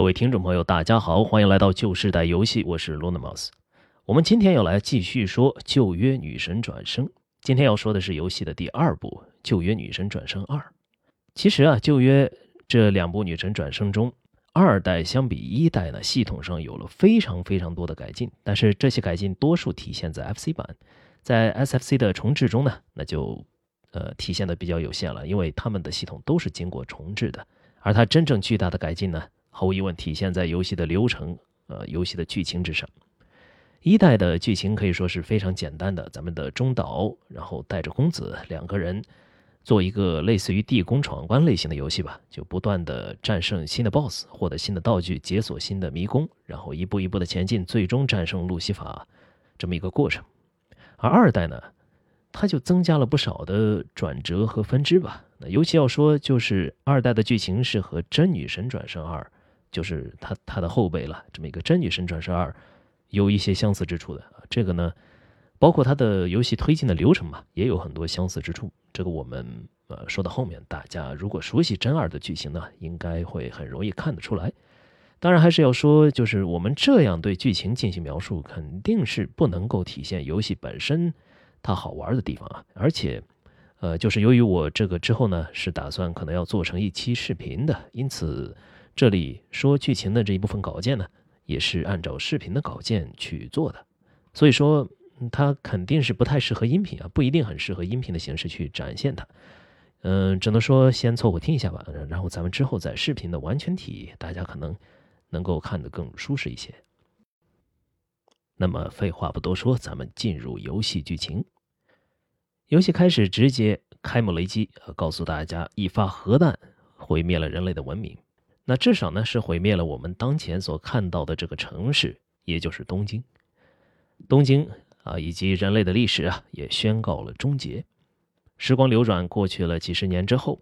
各位听众朋友，大家好，欢迎来到旧时代游戏，我是 Lunamus。我们今天要来继续说旧约女神转生。今天要说的是游戏的第二部《旧约女神转生2》。其实啊，旧约这两部女神转生中，2代相比1代呢，系统上有了非常多的改进，但是这些改进多数体现在 FC 版，在 SFC 的重置中呢，那就体现的比较有限了，因为他们的系统都是经过重置的，而它真正巨大的改进呢，毫无疑问体现在游戏的流程、游戏的剧情之上。1代的剧情可以说是非常简单的，咱们的中岛，然后带着公子两个人做一个类似于地宫闯关类型的游戏吧，就不断的战胜新的 BOSS， 获得新的道具，解锁新的迷宫，然后一步一步的前进，最终战胜路西法这么一个过程。而2代呢，它就增加了不少的转折和分支吧。那尤其要说，就是2代的剧情是和真女神转生2，就是它的后辈了，这么一个真女神转生2有一些相似之处的。这个呢，包括它的游戏推进的流程嘛，也有很多相似之处。这个我们说到后面，大家如果熟悉真2的剧情呢，应该会很容易看得出来。当然还是要说，就是我们这样对剧情进行描述，肯定是不能够体现游戏本身它好玩的地方啊。而且就是由于我这个之后呢，是打算可能要做成一期视频的，因此这里说剧情的这一部分稿件呢，也是按照视频的稿件去做的，所以说它肯定是不太适合音频啊，不一定很适合音频的形式去展现它。只能说先凑合听一下吧，然后咱们之后在视频的完全体，大家可能够看得更舒适一些。那么废话不多说，咱们进入游戏剧情。游戏开始直接开幕雷击，告诉大家一发核弹毁灭了人类的文明。那至少呢是毁灭了我们当前所看到的这个城市，也就是东京。东京以及人类的历史也宣告了终结。时光流转过去了几十年之后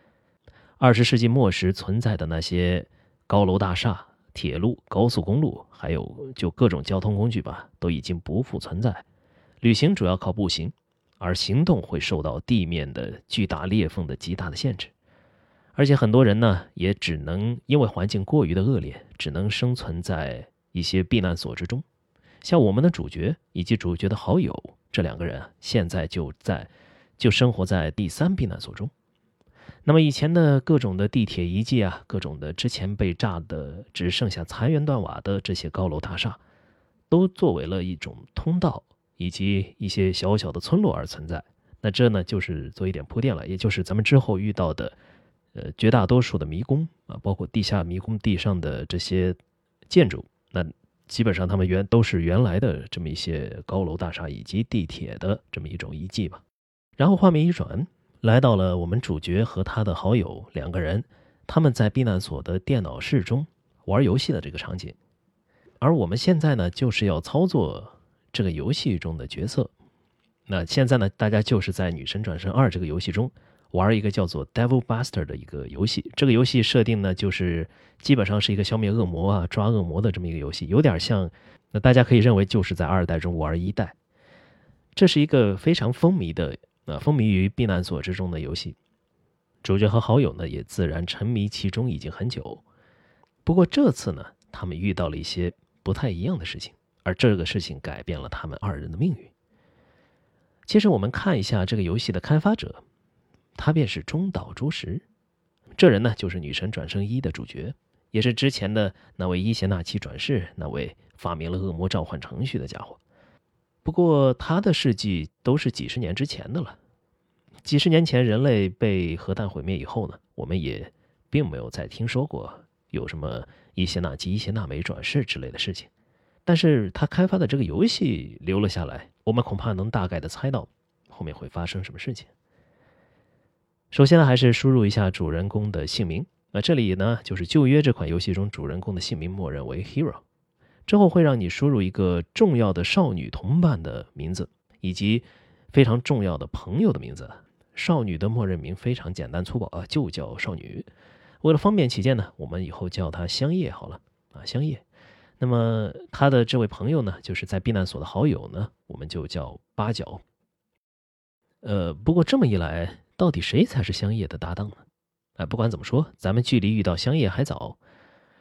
，20世纪末时存在的那些高楼大厦、铁路、高速公路，还有就各种交通工具吧，都已经不复存在。旅行主要靠步行，而行动会受到地面的巨大裂缝的极大的限制。而且很多人呢，也只能因为环境过于的恶劣，只能生存在一些避难所之中。像我们的主角以及主角的好友这两个人现在就生活在第3避难所中。那么以前的各种的地铁遗迹各种的之前被炸的只剩下残垣断瓦的这些高楼大厦，都作为了一种通道以及一些小小的村落而存在。那这呢，就是做一点铺垫了，也就是咱们之后遇到的绝大多数的迷宫包括地下迷宫地上的这些建筑，那基本上他们都是原来的这么一些高楼大厦以及地铁的这么一种遗迹吧。然后画面一转，来到了我们主角和他的好友两个人，他们在避难所的电脑室中玩游戏的这个场景。而我们现在呢，就是要操作这个游戏中的角色。那现在呢，大家就是在《女神转生2》这个游戏中玩一个叫做 Devil Buster 的一个游戏。这个游戏设定呢，就是基本上是一个消灭恶魔抓恶魔的这么一个游戏，有点像，那大家可以认为就是在2代中玩1代。这是一个非常风靡于避难所之中的游戏，主角和好友呢也自然沉迷其中已经很久。不过这次呢，他们遇到了一些不太一样的事情，而这个事情改变了他们2人的命运。其实我们看一下这个游戏的开发者，他便是中岛朱实。这人呢，就是《女神转生1》的主角，也是之前的那位伊邪那岐转世，那位发明了恶魔召唤程序的家伙。不过他的事迹都是几十年之前的了。几十年前人类被核弹毁灭以后呢，我们也并没有再听说过有什么伊邪那岐、伊邪那美转世之类的事情。但是他开发的这个游戏留了下来，我们恐怕能大概的猜到后面会发生什么事情。首先呢，还是输入一下主人公的姓名。这里呢，就是旧约这款游戏中主人公的姓名默认为 Hero。之后会让你输入一个重要的少女同伴的名字，以及非常重要的朋友的名字。少女的默认名非常简单粗暴就叫少女。为了方便起见呢，我们以后叫她香叶好了香叶。那么她的这位朋友呢，就是在避难所的好友呢，我们就叫八角。不过这么一来，到底谁才是香叶的搭档呢？不管怎么说，咱们距离遇到香叶还早。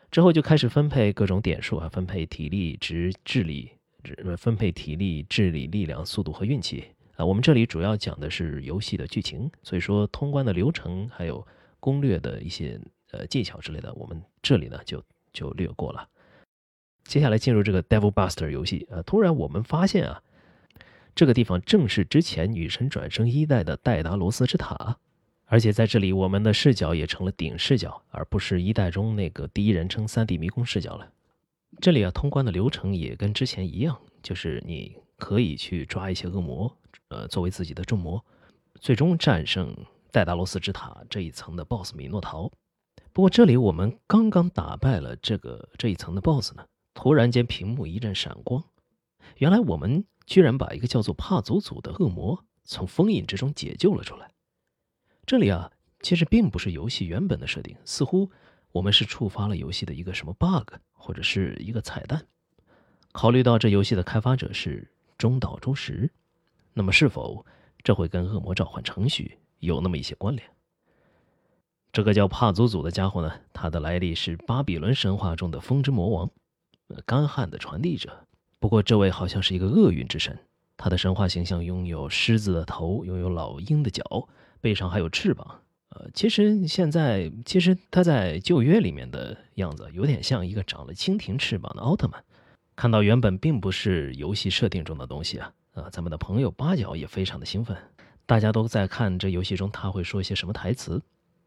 之后就开始分配各种点数啊，分配体力、智力，分配体力、智力、力量、速度和运气啊。我们这里主要讲的是游戏的剧情，所以说通关的流程还有攻略的一些技巧之类的，我们这里呢就略过了。接下来进入这个 Devil Buster 游戏啊，突然我们发现啊，这个地方正是之前女神转生1代的戴达罗斯之塔。而且在这里，我们的视角也成了顶视角，而不是1代中那个第一人称3D 迷宫视角了。这里啊，通关的流程也跟之前一样，就是你可以去抓一些恶魔，作为自己的重魔，最终战胜戴达罗斯之塔这一层的 BOSS 米诺陶。不过这里我们刚刚打败了这一层的 BOSS 呢，突然间屏幕一阵闪光，原来我们居然把一个叫做帕祖祖的恶魔从封印之中解救了出来。这里啊，其实并不是游戏原本的设定，似乎我们是触发了游戏的一个什么 bug 或者是一个彩蛋。考虑到这游戏的开发者是中岛忠实，那么是否这会跟恶魔召唤程序有那么一些关联？这个叫帕祖祖的家伙呢，他的来历是巴比伦神话中的风之魔王，干旱的传递者。不过这位好像是一个厄运之神，他的神话形象拥有狮子的头，拥有老鹰的脚，背上还有翅膀。其实他在旧约里面的样子有点像一个长了蜻蜓翅膀的奥特曼。看到原本并不是游戏设定中的东西啊，咱们的朋友八角也非常的兴奋，大家都在看这游戏中他会说些什么台词。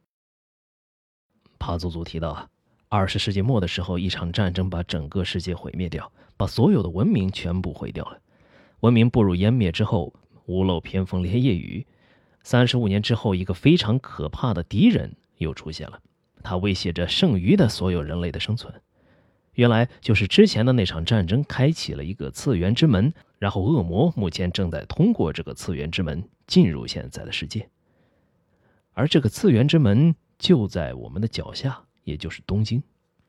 帕祖祖提到啊，20世纪末的时候，一场战争把整个世界毁灭掉，把所有的文明全部毁掉了。文明步入湮灭之后，屋漏偏逢连夜雨。35年之后，一个非常可怕的敌人又出现了，他威胁着剩余的所有人类的生存。原来就是之前的那场战争开启了一个次元之门，然后恶魔目前正在通过这个次元之门进入现在的世界。而这个次元之门就在我们的脚下，也就是东京。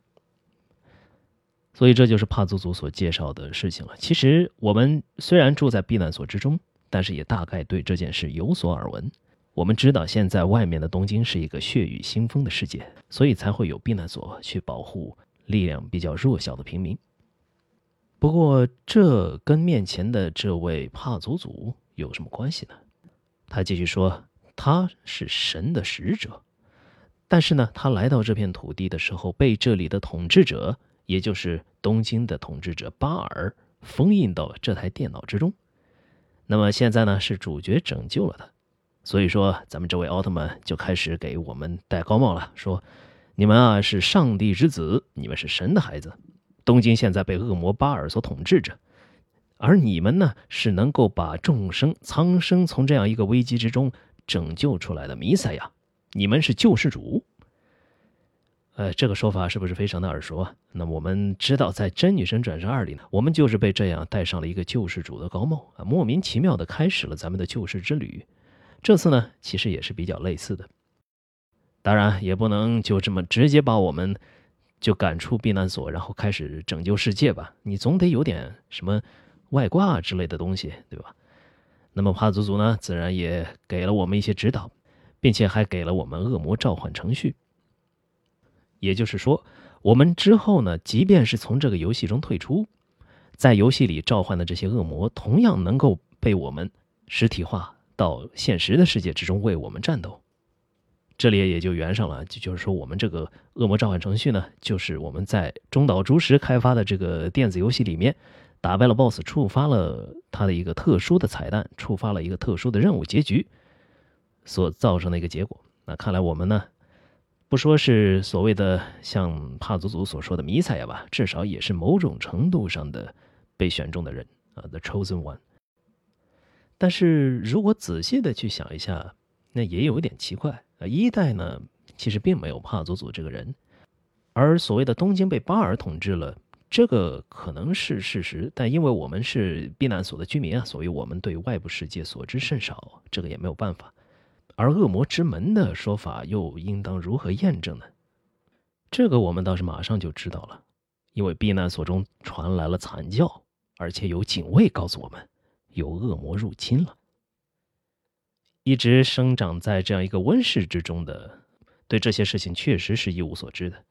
所以这就是帕祖祖所介绍的事情了。其实我们虽然住在避难所之中，但是也大概对这件事有所耳闻。我们知道现在外面的东京是一个血雨腥风的世界，所以才会有避难所去保护力量比较弱小的平民。不过这跟面前的这位帕祖祖有什么关系呢？他继续说，他是神的使者，但是呢，他来到这片土地的时候，被这里的统治者，也就是东京的统治者巴尔封印到了这台电脑之中。那么现在呢，是主角拯救了他，所以说咱们这位奥特曼就开始给我们戴高帽了，说你们啊是上帝之子，你们是神的孩子，东京现在被恶魔巴尔所统治着，而你们呢是能够把众生苍生从这样一个危机之中拯救出来的弥赛亚，你们是救世主。这个说法是不是非常的耳熟啊？那么我们知道，在《真女神转生2》里呢，我们就是被这样戴上了一个救世主的高帽啊，莫名其妙的开始了咱们的救世之旅。这次呢，其实也是比较类似的。当然，也不能就这么直接把我们就赶出避难所，然后开始拯救世界吧？你总得有点什么外挂之类的东西，对吧？那么帕祖祖呢，自然也给了我们一些指导，并且还给了我们恶魔召唤程序。也就是说，我们之后呢，即便是从这个游戏中退出，在游戏里召唤的这些恶魔，同样能够被我们实体化到现实的世界之中为我们战斗。这里也就圆上了，就是说我们这个恶魔召唤程序呢，就是我们在中岛竹石开发的这个电子游戏里面打败了 BOSS， 触发了它的一个特殊的彩蛋，触发了一个特殊的任务结局所造成的一个结果。那看来我们呢，不说是所谓的像帕祖祖所说的弥赛亚吧，至少也是某种程度上的被选中的人啊 ，the chosen one。但是如果仔细的去想一下，那也有一点奇怪啊。1代呢，其实并没有帕祖祖这个人，而所谓的东京被巴尔统治了，这个可能是事实，但因为我们是避难所的居民啊，所以我们对外部世界所知甚少，这个也没有办法。而恶魔之门的说法又应当如何验证呢？这个我们倒是马上就知道了，因为避难所中传来了惨叫，而且有警卫告诉我们，有恶魔入侵了。一直生长在这样一个温室之中的，对这些事情确实是一无所知的。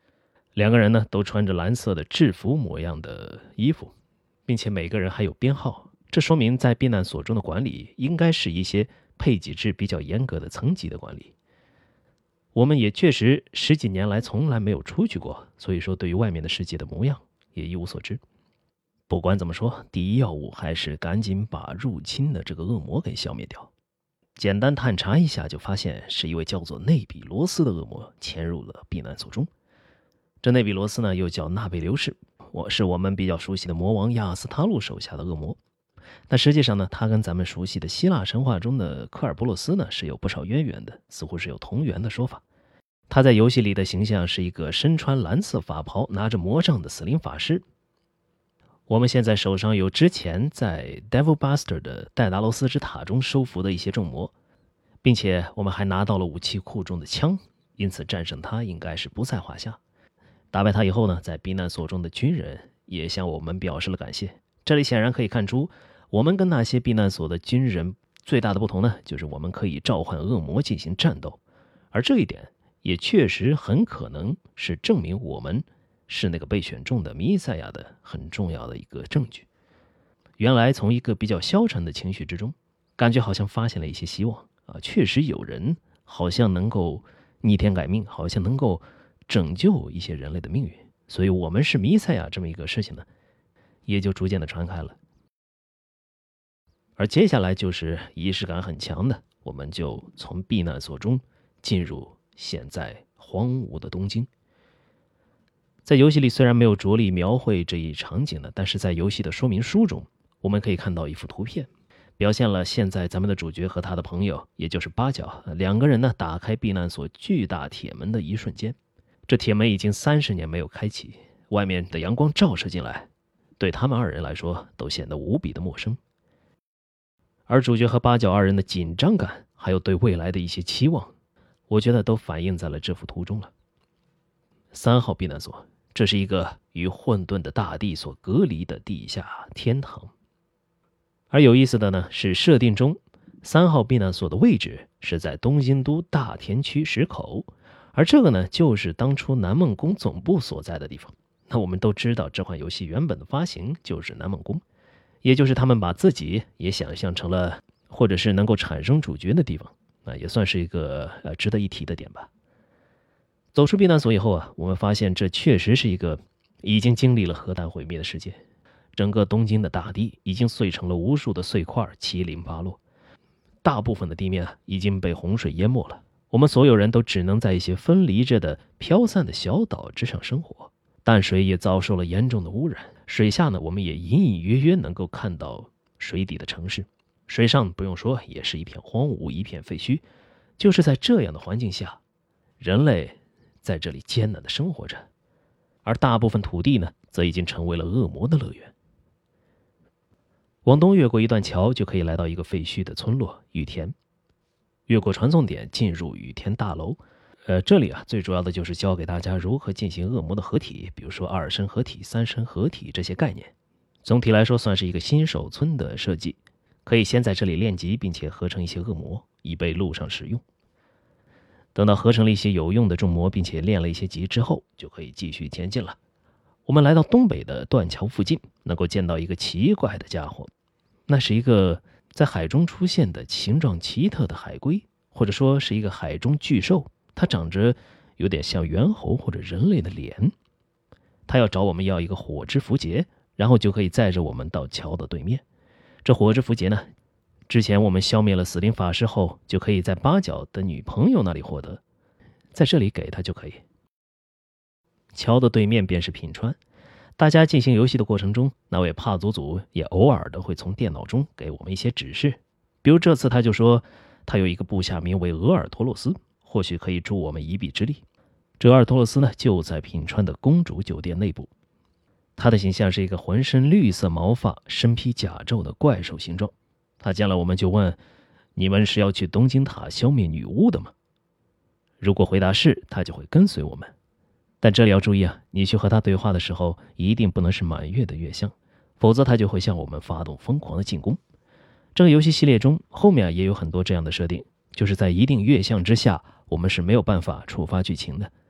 两个人呢都穿着蓝色的制服模样的衣服，并且每个人还有编号，这说明在避难所中的管理应该是一些配给制比较严格的层级的管理。我们也确实10几年来从来没有出去过，所以说对于外面的世界的模样也一无所知。不管怎么说，第一要务还是赶紧把入侵的这个恶魔给消灭掉。简单探查一下就发现是一位叫做内比罗斯的恶魔潜入了避难所中。这内比罗斯呢又叫纳贝留士，是我们比较熟悉的魔王亚斯塔路手下的恶魔。但实际上呢，他跟咱们熟悉的希腊神话中的科尔波洛斯呢是有不少渊源的，似乎是有同源的说法。他在游戏里的形象是一个身穿蓝色法袍、拿着魔杖的死灵法师。我们现在手上有之前在 Devil Buster 的戴达罗斯之塔中收服的一些众魔，并且我们还拿到了武器库中的枪，因此战胜他应该是不在话下。打败他以后呢，在避难所中的军人也向我们表示了感谢。这里显然可以看出，我们跟那些避难所的军人最大的不同呢，就是我们可以召唤恶魔进行战斗，而这一点也确实很可能是证明我们是那个被选中的弥赛亚的很重要的一个证据。原来从一个比较消沉的情绪之中，感觉好像发现了一些希望啊，确实有人好像能够逆天改命，好像能够拯救一些人类的命运，所以我们是弥赛亚这么一个事情呢，也就逐渐的传开了。而接下来就是仪式感很强的，我们就从避难所中进入现在荒芜的东京。在游戏里虽然没有着力描绘这一场景呢，但是在游戏的说明书中，我们可以看到一幅图片，表现了现在咱们的主角和他的朋友，也就是八角两个人呢打开避难所巨大铁门的一瞬间。这铁门已经30年没有开启，外面的阳光照射进来，对他们二人来说都显得无比的陌生。而主角和八角二人的紧张感，还有对未来的一些期望，我觉得都反映在了这幅图中了。3号避难所，这是一个与混沌的大地所隔离的地下天堂。而有意思的呢是，设定中3号避难所的位置是在东京都大田区石口，而这个呢就是当初南梦宫总部所在的地方。那我们都知道这款游戏原本的发行就是南梦宫，也就是他们把自己也想象成了或者是能够产生主角的地方，也算是一个值得一提的点吧。走出避难所以后啊，我们发现这确实是一个已经经历了核弹毁灭的世界，整个东京的大地已经碎成了无数的碎块，七零八落，大部分的地面已经被洪水淹没了。我们所有人都只能在一些分离着的飘散的小岛之上生活，淡水也遭受了严重的污染。水下呢，我们也隐隐约约能够看到水底的城市，水上不用说也是一片荒芜，一片废墟。就是在这样的环境下，人类在这里艰难的生活着，而大部分土地呢，则已经成为了恶魔的乐园。往东越过一段桥，就可以来到一个废墟的村落雨田。越过传送点进入雨田大楼，这里最主要的就是教给大家如何进行恶魔的合体，比如说2身合体、3身合体这些概念。总体来说算是一个新手村的设计，可以先在这里练级，并且合成一些恶魔，以备路上使用。等到合成了一些有用的众魔，并且练了一些级之后，就可以继续前进了。我们来到东北的断桥附近，能够见到一个奇怪的家伙，那是一个在海中出现的形状奇特的海龟，或者说是一个海中巨兽，它长着有点像猿猴或者人类的脸。它要找我们要一个火之符节，然后就可以载着我们到桥的对面。这火之符节呢，之前我们消灭了死灵法师后，就可以在八角的女朋友那里获得，在这里给他就可以。桥的对面便是品川，大家进行游戏的过程中，那位帕祖祖也偶尔的会从电脑中给我们一些指示，比如这次他就说他有一个部下名为俄尔托洛斯，或许可以助我们一臂之力。这俄尔托洛斯呢，就在品川的公主酒店内部。他的形象是一个浑身绿色毛发、身披甲胄的怪兽形状。他见了我们就问：你们是要去东京塔消灭女巫的吗？如果回答是，他就会跟随我们。但这里要注意你去和他对话的时候，一定不能是满月的月相，否则他就会向我们发动疯狂的进攻。这个游戏系列中后面也有很多这样的设定，就是在一定月相之下，我们是没有办法触发剧情的。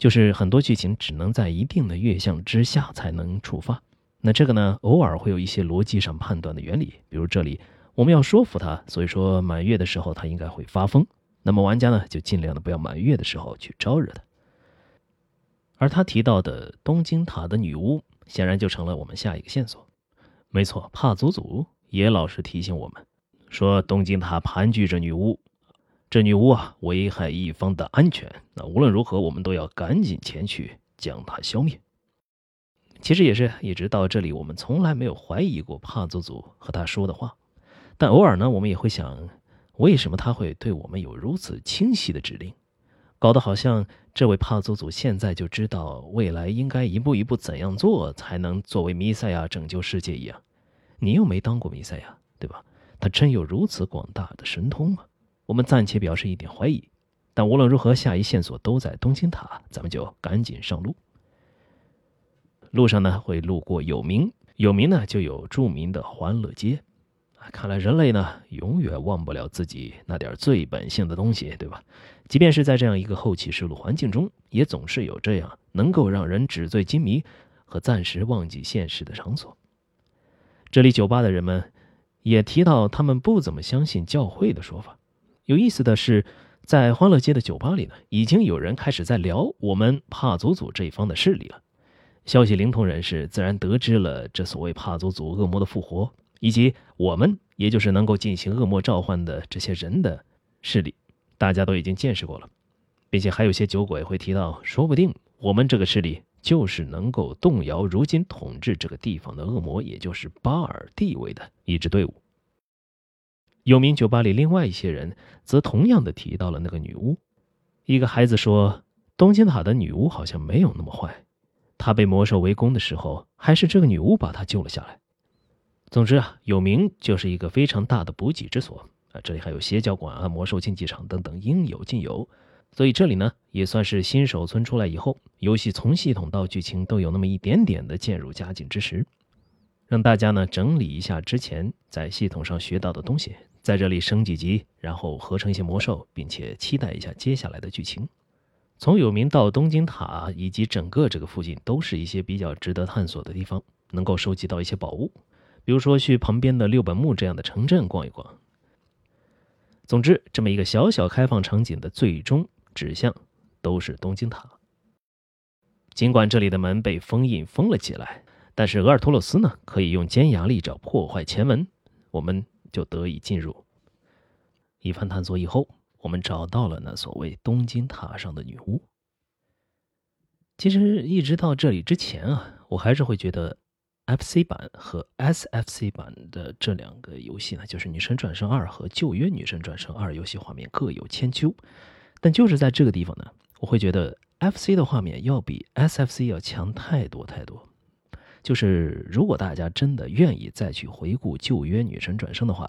就是很多剧情只能在一定的月相之下才能触发。那这个呢，偶尔会有一些逻辑上判断的原理，比如这里我们要说服他，所以说满月的时候他应该会发疯，那么玩家呢就尽量的不要满月的时候去招惹他。而他提到的东京塔的女巫显然就成了我们下一个线索。没错，帕祖祖也老是提醒我们说东京塔盘踞着女巫，这女巫啊危害一方的安全，那无论如何我们都要赶紧前去将它消灭。其实也是一直到这里我们从来没有怀疑过帕祖祖和他说的话，但偶尔呢我们也会想，为什么他会对我们有如此清晰的指令，搞得好像这位帕祖祖现在就知道未来应该一步一步怎样做才能作为弥赛亚拯救世界一样。你又没当过弥赛亚，对吧？他真有如此广大的神通吗？我们暂且表示一点怀疑，但无论如何下一线索都在东京塔，咱们就赶紧上路。路上呢会路过有名呢就有著名的欢乐街。看来人类呢永远忘不了自己那点最本性的东西，对吧？即便是在这样一个后启示录环境中，也总是有这样能够让人纸醉金迷和暂时忘记现实的场所。这里酒吧的人们也提到他们不怎么相信教会的说法。有意思的是，在欢乐街的酒吧里呢，已经有人开始在聊我们帕祖祖这一方的势力了。消息灵通人士自然得知了这所谓帕祖祖恶魔的复活，以及我们也就是能够进行恶魔召唤的这些人的势力，大家都已经见识过了，并且还有些酒鬼会提到，说不定我们这个势力就是能够动摇如今统治这个地方的恶魔，也就是巴尔地位的一支队伍。有名酒吧里另外一些人则同样的提到了那个女巫。一个孩子说，东京塔的女巫好像没有那么坏，她被魔兽围攻的时候，还是这个女巫把她救了下来。总之啊，有名就是一个非常大的补给之所啊，这里还有邪教馆啊、魔兽竞技场等等，应有尽有。所以这里呢，也算是新手村出来以后，游戏从系统到剧情都有那么一点点的渐入佳境之时，让大家呢整理一下之前在系统上学到的东西，在这里升几级，然后合成一些魔兽，并且期待一下接下来的剧情。从有名到东京塔以及整个这个附近都是一些比较值得探索的地方，能够收集到一些宝物，比如说去旁边的六本木这样的城镇逛一逛。总之，这么一个小小开放场景的最终指向都是东京塔。尽管这里的门被封印封了起来，但是鄂尔托洛斯呢可以用尖牙利爪破坏前门，我们就得以进入。一番探索以后，我们找到了那所谓东京塔上的女巫。其实一直到这里之前啊，我还是会觉得 FC 版和 SFC 版的这两个游戏呢，就是《女神转生2》和《旧约女神转生2》游戏画面各有千秋。但就是在这个地方呢，我会觉得 FC 的画面要比 SFC 要强太多太多。就是如果大家真的愿意再去回顾《旧约女神转生》的话，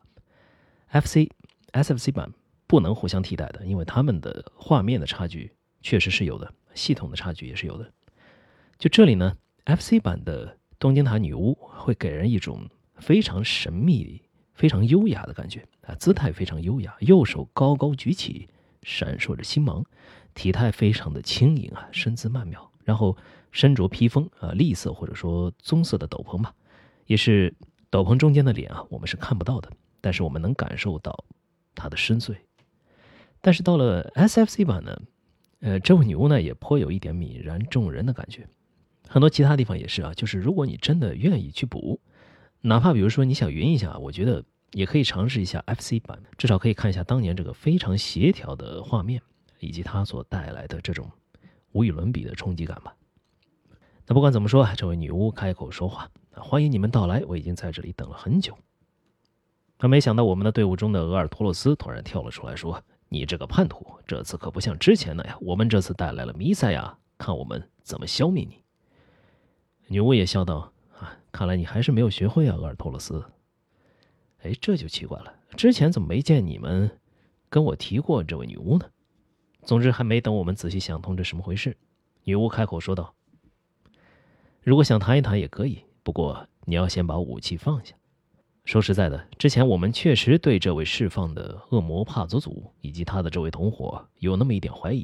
SFC 版不能互相替代的，因为他们的画面的差距确实是有的，系统的差距也是有的。就这里呢， FC 版的东京塔女巫会给人一种非常神秘非常优雅的感觉啊，姿态非常优雅，右手高高举起，闪烁着星芒，体态非常的轻盈啊，身姿曼妙，然后身着披风啊，栗色或者说棕色的斗篷吧，也是斗篷中间的脸啊，我们是看不到的，但是我们能感受到她的深邃。但是到了 SFC 版呢，这位女巫呢也颇有一点泯然众人的感觉。很多其他地方也是啊，就是如果你真的愿意去补，哪怕比如说你想匀一下，我觉得也可以尝试一下 FC 版，至少可以看一下当年这个非常协调的画面，以及它所带来的这种无与伦比的冲击感吧。那不管怎么说，这位女巫开口说话，欢迎你们到来，我已经在这里等了很久。可没想到我们的队伍中的鄂尔托洛斯突然跳了出来说，你这个叛徒，这次可不像之前那样，我们这次带来了弥赛亚，看我们怎么消灭你。女巫也笑道，看来你还是没有学会啊，鄂尔托洛斯。哎，这就奇怪了，之前怎么没见你们跟我提过这位女巫呢？总之还没等我们仔细想通这什么回事，女巫开口说道，如果想谈一谈也可以，不过你要先把武器放下。说实在的，之前我们确实对这位释放的恶魔帕佐祖以及他的这位同伙有那么一点怀疑，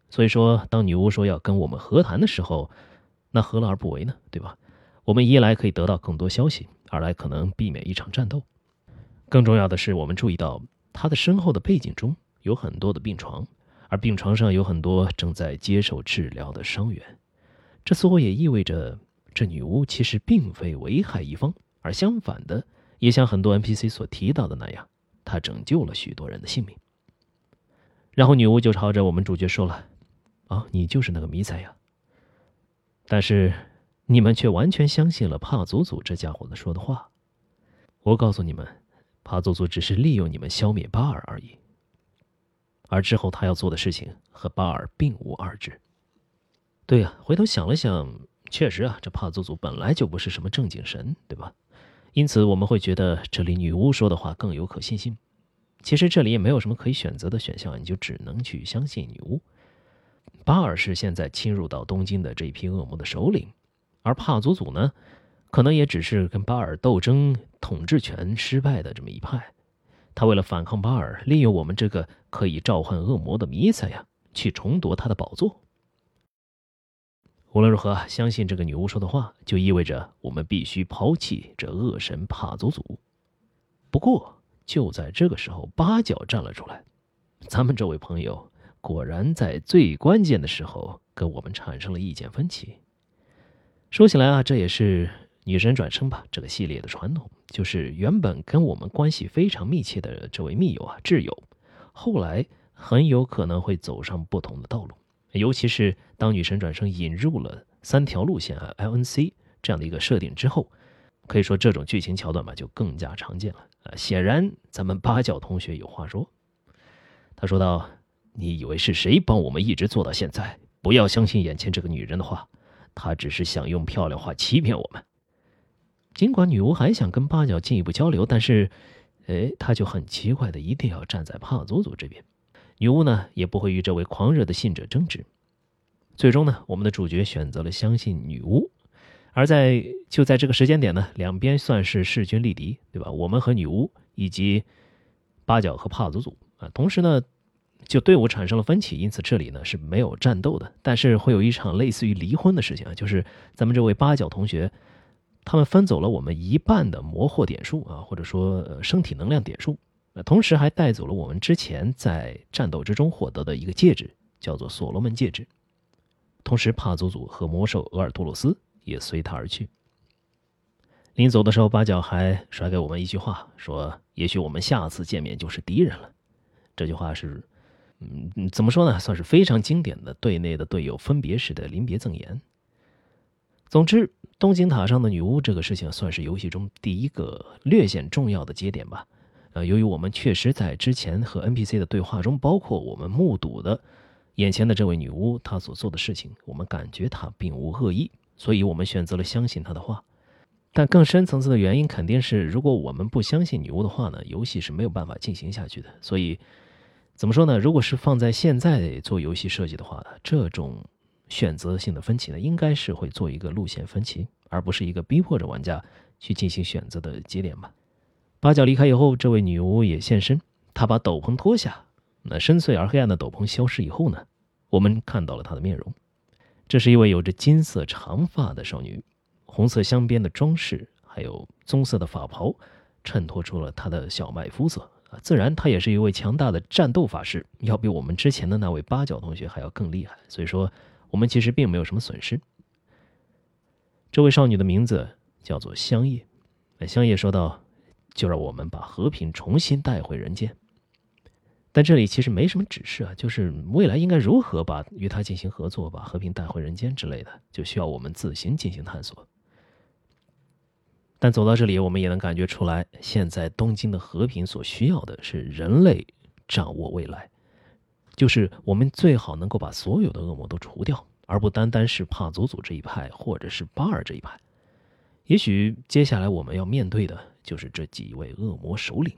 所以说，当女巫说要跟我们和谈的时候，那何乐而不为呢？对吧？我们一来可以得到更多消息，二来可能避免一场战斗。更重要的是，我们注意到她的身后的背景中有很多的病床，而病床上有很多正在接受治疗的伤员。这似乎也意味着，这女巫其实并非危害一方，而相反的，也像很多 NPC 所提到的那样，她拯救了许多人的性命。然后女巫就朝着我们主角说了：“啊，你就是那个弥赛亚。”但是你们却完全相信了帕祖祖这家伙的说的话。我告诉你们，帕祖祖只是利用你们消灭巴尔而已，而之后他要做的事情和巴尔并无二致。对啊，回头想了想，确实啊，这帕祖祖本来就不是什么正经神，对吧？因此我们会觉得这里女巫说的话更有可信性。其实这里也没有什么可以选择的选项，你就只能去相信女巫。巴尔是现在侵入到东京的这批恶魔的首领，而帕祖祖呢，可能也只是跟巴尔斗争统治权失败的这么一派。他为了反抗巴尔，利用我们这个可以召唤恶魔的弥赛亚，去重夺他的宝座。无论如何，相信这个女巫说的话，就意味着我们必须抛弃这恶神帕祖祖。不过就在这个时候，八角站了出来。咱们这位朋友果然在最关键的时候跟我们产生了意见分歧。说起来啊，这也是女神转生吧这个系列的传统，就是原本跟我们关系非常密切的这位密友啊、挚友，后来很有可能会走上不同的道路。尤其是当女神转生引入了3条路线啊 LNC 这样的一个设定之后，可以说这种剧情桥段吧就更加常见了。显然咱们八角同学有话说。他说道：“你以为是谁帮我们一直做到现在？不要相信眼前这个女人的话，她只是想用漂亮话欺骗我们。”尽管女巫还想跟八角进一步交流，但是她就很奇怪的一定要站在帕祖祖这边。女巫呢也不会与这位狂热的信者争执。最终呢，我们的主角选择了相信女巫。而就在这个时间点呢，两边算是势均力敌，对吧？我们和女巫以及八角和帕祖祖啊，同时呢就队伍产生了分歧，因此这里呢是没有战斗的，但是会有一场类似于离婚的事情啊，就是咱们这位八角同学，他们分走了我们1半的魔惑点数啊，或者说身体能量点数，同时还带走了我们之前在战斗之中获得的一个戒指，叫做所罗门戒指。同时帕祖祖和魔兽俄尔多洛斯也随他而去。临走的时候，八角还甩给我们一句话，说也许我们下次见面就是敌人了。这句话是怎么说呢，算是非常经典的队内的队友分别时的临别赠言。总之，东京塔上的女巫这个事情算是游戏中第一个略显重要的节点吧。由于我们确实在之前和 NPC 的对话中，包括我们目睹的眼前的这位女巫她所做的事情，我们感觉她并无恶意，所以我们选择了相信她的话。但更深层次的原因肯定是，如果我们不相信女巫的话呢，游戏是没有办法进行下去的。所以怎么说呢，如果是放在现在做游戏设计的话呢，这种选择性的分歧呢，应该是会做一个路线分歧，而不是一个逼迫着玩家去进行选择的节点吧。八角离开以后，这位女巫也现身，她把斗篷脱下，那深邃而黑暗的斗篷消失以后呢，我们看到了她的面容。这是一位有着金色长发的少女，红色镶边的装饰还有棕色的发袍衬托出了她的小麦肤色。自然她也是一位强大的战斗法师，要比我们之前的那位八角同学还要更厉害，所以说我们其实并没有什么损失。这位少女的名字叫做香叶。香叶说道，就让我们把和平重新带回人间。但这里其实没什么指示啊，就是未来应该如何与他进行合作，把和平带回人间之类的，就需要我们自行进行探索。但走到这里，我们也能感觉出来，现在东京的和平所需要的是人类掌握未来，就是我们最好能够把所有的恶魔都除掉，而不单单是帕祖祖这一派或者是巴尔这一派。也许接下来我们要面对的就是这几位恶魔首领。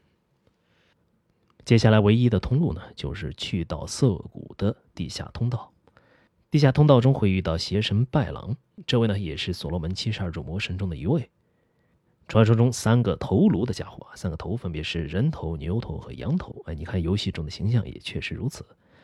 接下来唯一的通路呢，就是去到涩谷的地下通道。地下通道中会遇到邪神拜郎，这位呢也是所罗门72主魔神中的一位。传说中3个头颅的家伙，3个头分别是人头、牛头和羊头。你看游戏中的形象也确实如此。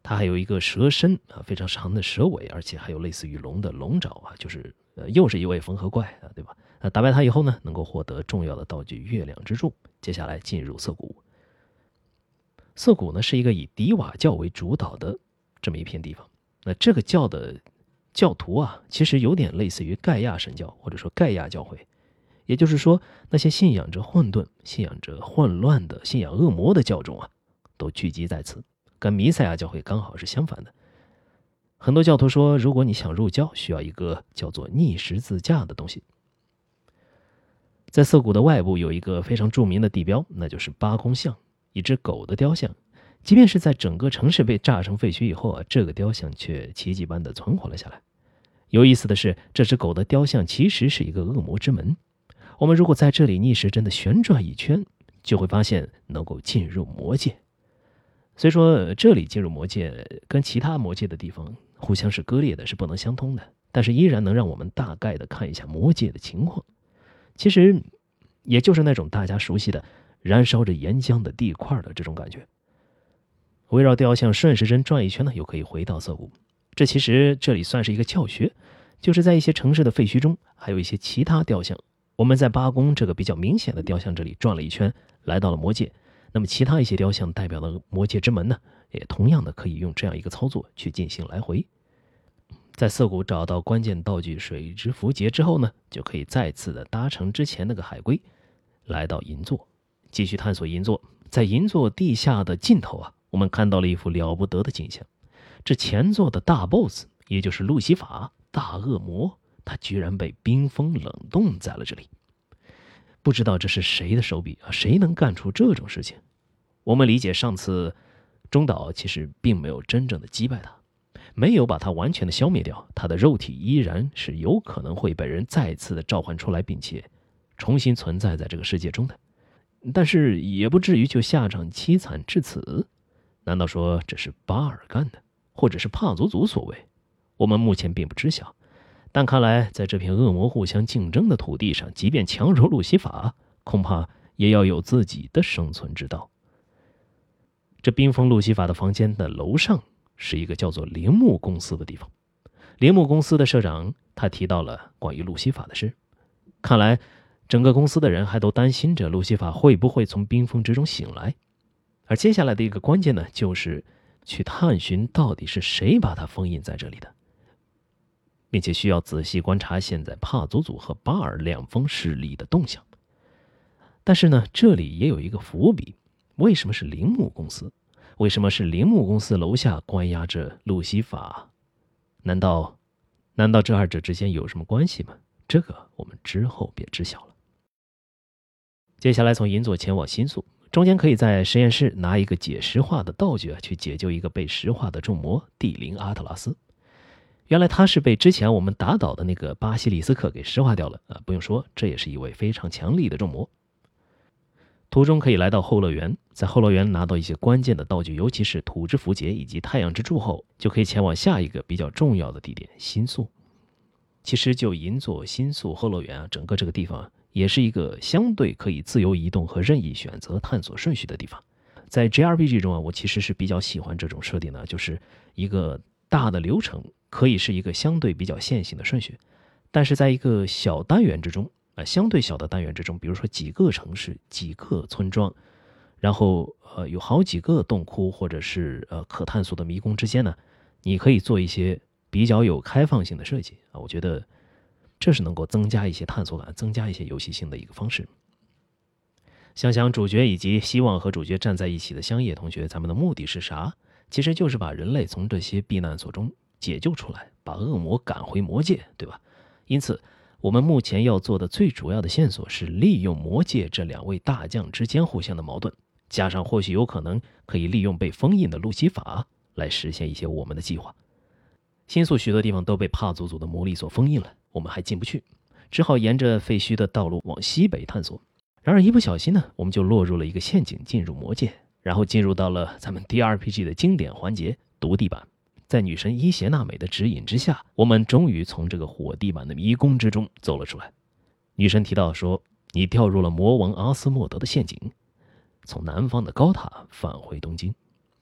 它还有一个蛇身非常长的蛇尾，而且还有类似于龙的龙爪就是又是一位缝合怪对吧？打败它以后呢，能够获得重要的道具月亮之柱。接下来进入涩谷。涩谷呢是一个以迪瓦教为主导的这么一片地方。那这个教的教徒其实有点类似于盖亚神教或者说盖亚教会，也就是说那些信仰着混沌、信仰着混乱的、信仰恶魔的教众都聚集在此，跟弥赛亚教会刚好是相反的。很多教徒说，如果你想入教，需要一个叫做逆十字架的东西。在涩谷的外部有一个非常著名的地标，那就是八公像，一只狗的雕像。即便是在整个城市被炸成废墟以后这个雕像却奇迹般的存活了下来。有意思的是，这只狗的雕像其实是一个恶魔之门。我们如果在这里逆时针的旋转一圈，就会发现能够进入魔界。所以说这里进入魔界跟其他魔界的地方互相是割裂的，是不能相通的，但是依然能让我们大概的看一下魔界的情况。其实也就是那种大家熟悉的燃烧着岩浆的地块的这种感觉。围绕雕像顺时针转一圈呢，又可以回到涩谷。其实这里算是一个教学，就是在一些城市的废墟中还有一些其他雕像。我们在八公这个比较明显的雕像这里转了一圈，来到了魔界。那么其他一些雕像代表的魔界之门呢，也同样的可以用这样一个操作去进行来回。在涩谷找到关键道具水之符节之后呢，就可以再次的搭乘之前那个海龟来到银座，继续探索银座。在银座地下的尽头我们看到了一幅了不得的景象。这前座的大 boss， 也就是路西法大恶魔，他居然被冰封冷冻在了这里。不知道这是谁的手笔谁能干出这种事情？我们理解上次中岛其实并没有真正的击败他，没有把他完全的消灭掉，他的肉体依然是有可能会被人再次的召唤出来，并且重新存在在这个世界中的。但是也不至于就下场凄惨至此。难道说这是巴尔干的，或者是帕祖祖所为？我们目前并不知晓。但看来在这片恶魔互相竞争的土地上，即便强如路西法，恐怕也要有自己的生存之道。这冰封路西法的房间的楼上是一个叫做铃木公司的地方。铃木公司的社长他提到了关于路西法的事。看来整个公司的人还都担心着路西法会不会从冰封之中醒来。而接下来的一个关键呢，就是去探寻到底是谁把他封印在这里的，并且需要仔细观察现在帕祖祖和巴尔两方势力的动向。但是呢，这里也有一个伏笔，为什么是铃木公司？为什么是铃木公司楼下关押着路西法？难道这二者之间有什么关系吗？这个我们之后便知晓了。接下来从银座前往新宿，中间可以在实验室拿一个解石化的道具去解救一个被石化的众魔帝灵阿特拉斯。原来他是被之前我们打倒的那个巴西里斯克给石化掉了不用说，这也是一位非常强力的众魔。途中可以来到后乐园，在后乐园拿到一些关键的道具，尤其是土之符节以及太阳之柱后，就可以前往下一个比较重要的地点新宿。其实就银座、新宿、后乐园整个这个地方也是一个相对可以自由移动和任意选择探索顺序的地方。在 JRPG 中我其实是比较喜欢这种设定的，就是一个大的流程可以是一个相对比较线性的顺序，但是在一个小单元之中相对小的单元之中，比如说几个城市、几个村庄，然后有好几个洞窟或者是可探索的迷宫之间呢，你可以做一些比较有开放性的设计我觉得这是能够增加一些探索感、增加一些游戏性的一个方式。想想主角以及希望和主角站在一起的香叶同学，咱们的目的是啥？其实就是把人类从这些避难所中解救出来，把恶魔赶回魔界，对吧？因此我们目前要做的最主要的线索是利用魔界这两位大将之间互相的矛盾，加上或许有可能可以利用被封印的路西法来实现一些我们的计划。新宿许多地方都被帕祖祖的魔力所封印了，我们还进不去，只好沿着废墟的道路往西北探索。然而一不小心呢，我们就落入了一个陷阱，进入魔界，然后进入到了咱们 DRPG 的经典环节——读地板。在女神伊邪那美的指引之下，我们终于从这个火地板的迷宫之中走了出来。女神提到说，你掉入了魔王阿斯莫德的陷阱，从南方的高塔返回东京。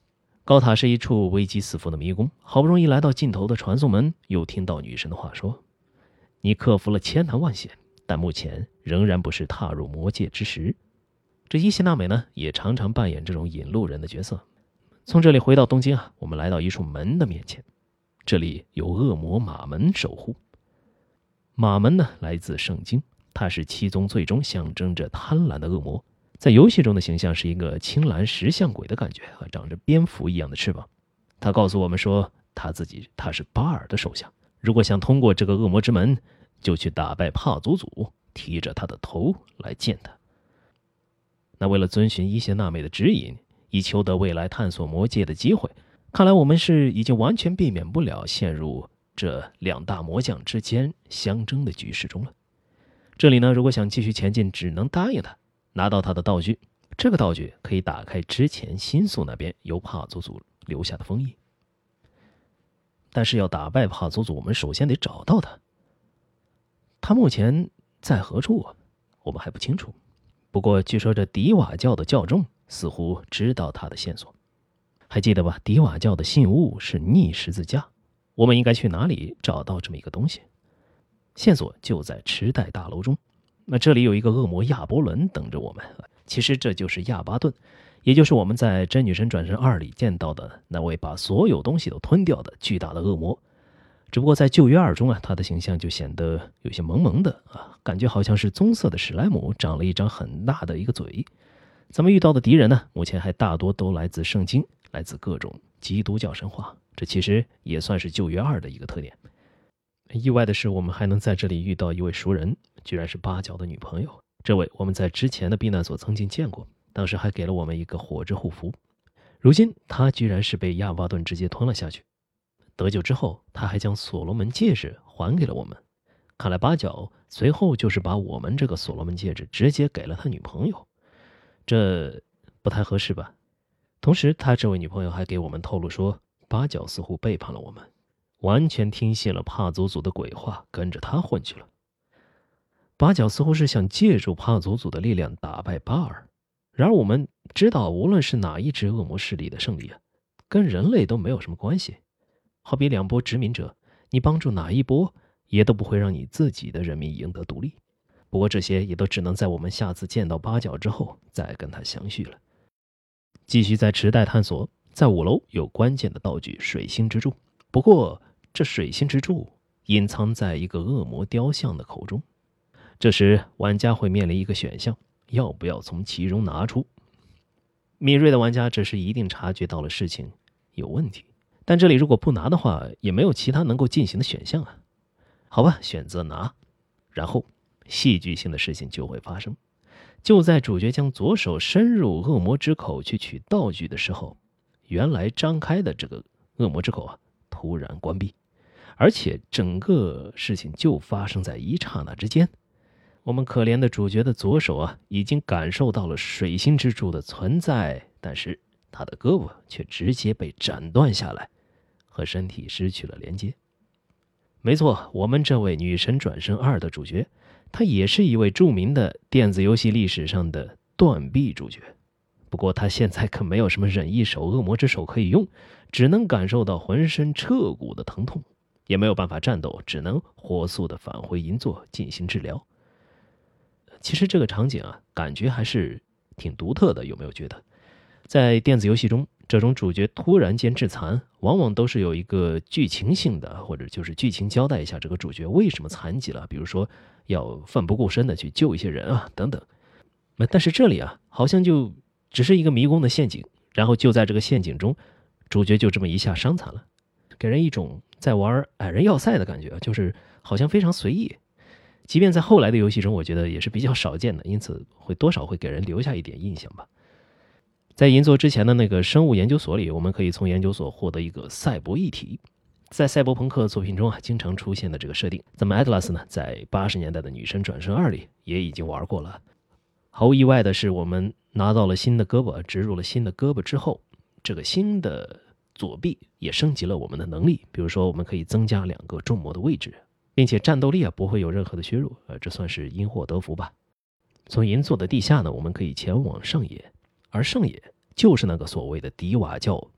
高塔是一处危机四伏的迷宫，好不容易来到尽头的传送门，又听到女神的话说：“你克服了千难万险，但目前仍然不是踏入魔界之时。”这伊邪那美呢，也常常扮演这种引路人的角色。从这里回到东京啊，我们来到一处门的面前，这里有恶魔马门守护。马门呢，来自圣经，它是七宗罪中象征着贪婪的恶魔。在游戏中的形象是一个青蓝石像鬼的感觉，长着蝙蝠一样的翅膀。他告诉我们说，他是巴尔的手下，如果想通过这个恶魔之门，就去打败帕祖祖，提着他的头来见他。那为了遵循伊邪那美的指引，以求得未来探索魔界的机会，看来我们是已经完全避免不了陷入这两大魔将之间相争的局势中了。这里呢，如果想继续前进，只能答应他，拿到他的道具。这个道具可以打开之前新宿那边由帕祖祖留下的封印。但是要打败帕祖祖，我们首先得找到他。他目前在何处啊？我们还不清楚。不过据说这迪瓦教的教众似乎知道他的线索。还记得吧？迪瓦教的信物是逆十字架。我们应该去哪里找到这么一个东西？线索就在池袋大楼中。那这里有一个恶魔亚波伦等着我们，其实这就是亚巴顿，也就是我们在《真女神转生2》里见到的那位把所有东西都吞掉的巨大的恶魔。只不过在《旧约2》中啊，他的形象就显得有些萌萌的感觉好像是棕色的史莱姆长了一张很大的一个嘴。咱们遇到的敌人呢，目前还大多都来自圣经，来自各种基督教神话，这其实也算是《旧约2》的一个特点。意外的是，我们还能在这里遇到一位熟人，居然是八角的女朋友。这位我们在之前的避难所曾经见过，当时还给了我们一个火之护符。如今他居然是被亚巴顿直接吞了下去。得救之后，他还将所罗门戒指还给了我们。看来八角随后就是把我们这个所罗门戒指直接给了他女朋友，这不太合适吧？同时他这位女朋友还给我们透露说，八角似乎背叛了我们，完全听信了帕祖祖的鬼话，跟着他混去了。八角似乎是想借助帕祖祖的力量打败巴尔。然而我们知道，无论是哪一支恶魔势力的胜利跟人类都没有什么关系。好比两波殖民者，你帮助哪一波，也都不会让你自己的人民赢得独立。不过这些也都只能在我们下次见到八角之后再跟他详叙了。继续在池袋探索，在5楼有关键的道具水星之柱。不过这水星之柱隐藏在一个恶魔雕像的口中。这时玩家会面临一个选项，要不要从其中拿出。敏锐的玩家这时一定察觉到了事情有问题，但这里如果不拿的话，也没有其他能够进行的选项啊。好吧，选择拿，然后戏剧性的事情就会发生。就在主角将左手伸入恶魔之口去取道具的时候，原来张开的这个恶魔之口突然关闭，而且整个事情就发生在一刹那之间。我们可怜的主角的左手已经感受到了水星之柱的存在，但是他的胳膊却直接被斩断下来，和身体失去了连接。没错，我们这位《女神转生2》的主角，他也是一位著名的电子游戏历史上的断臂主角。不过他现在可没有什么忍一手恶魔之手可以用，只能感受到浑身彻骨的疼痛，也没有办法战斗，只能火速的返回银座进行治疗。其实这个场景感觉还是挺独特的，有没有觉得？在电子游戏中，这种主角突然间致残，往往都是有一个剧情性的，或者就是剧情交代一下这个主角为什么残疾了，比如说要奋不顾身的去救一些人等等。但是这里好像就只是一个迷宫的陷阱，然后就在这个陷阱中，主角就这么一下伤残了，给人一种在玩矮人要塞的感觉，就是好像非常随意。即便在后来的游戏中，我觉得也是比较少见的，因此会多少会给人留下一点印象吧。在银座之前的那个生物研究所里，我们可以从研究所获得一个赛博一体。在赛博朋克作品中经常出现的这个设定，咱们 Atlas 呢，在80年代的《女神转生2》里也已经玩过了。毫无意外的是，我们拿到了新的胳膊，植入了新的胳膊之后，这个新的左臂也升级了我们的能力，比如说我们可以增加2个重魔的位置，并且战斗力不会有任何的削弱，这算是因祸得福吧。从银座的地下呢，我们可以前往上野，而上野就是那个所谓的迪瓦教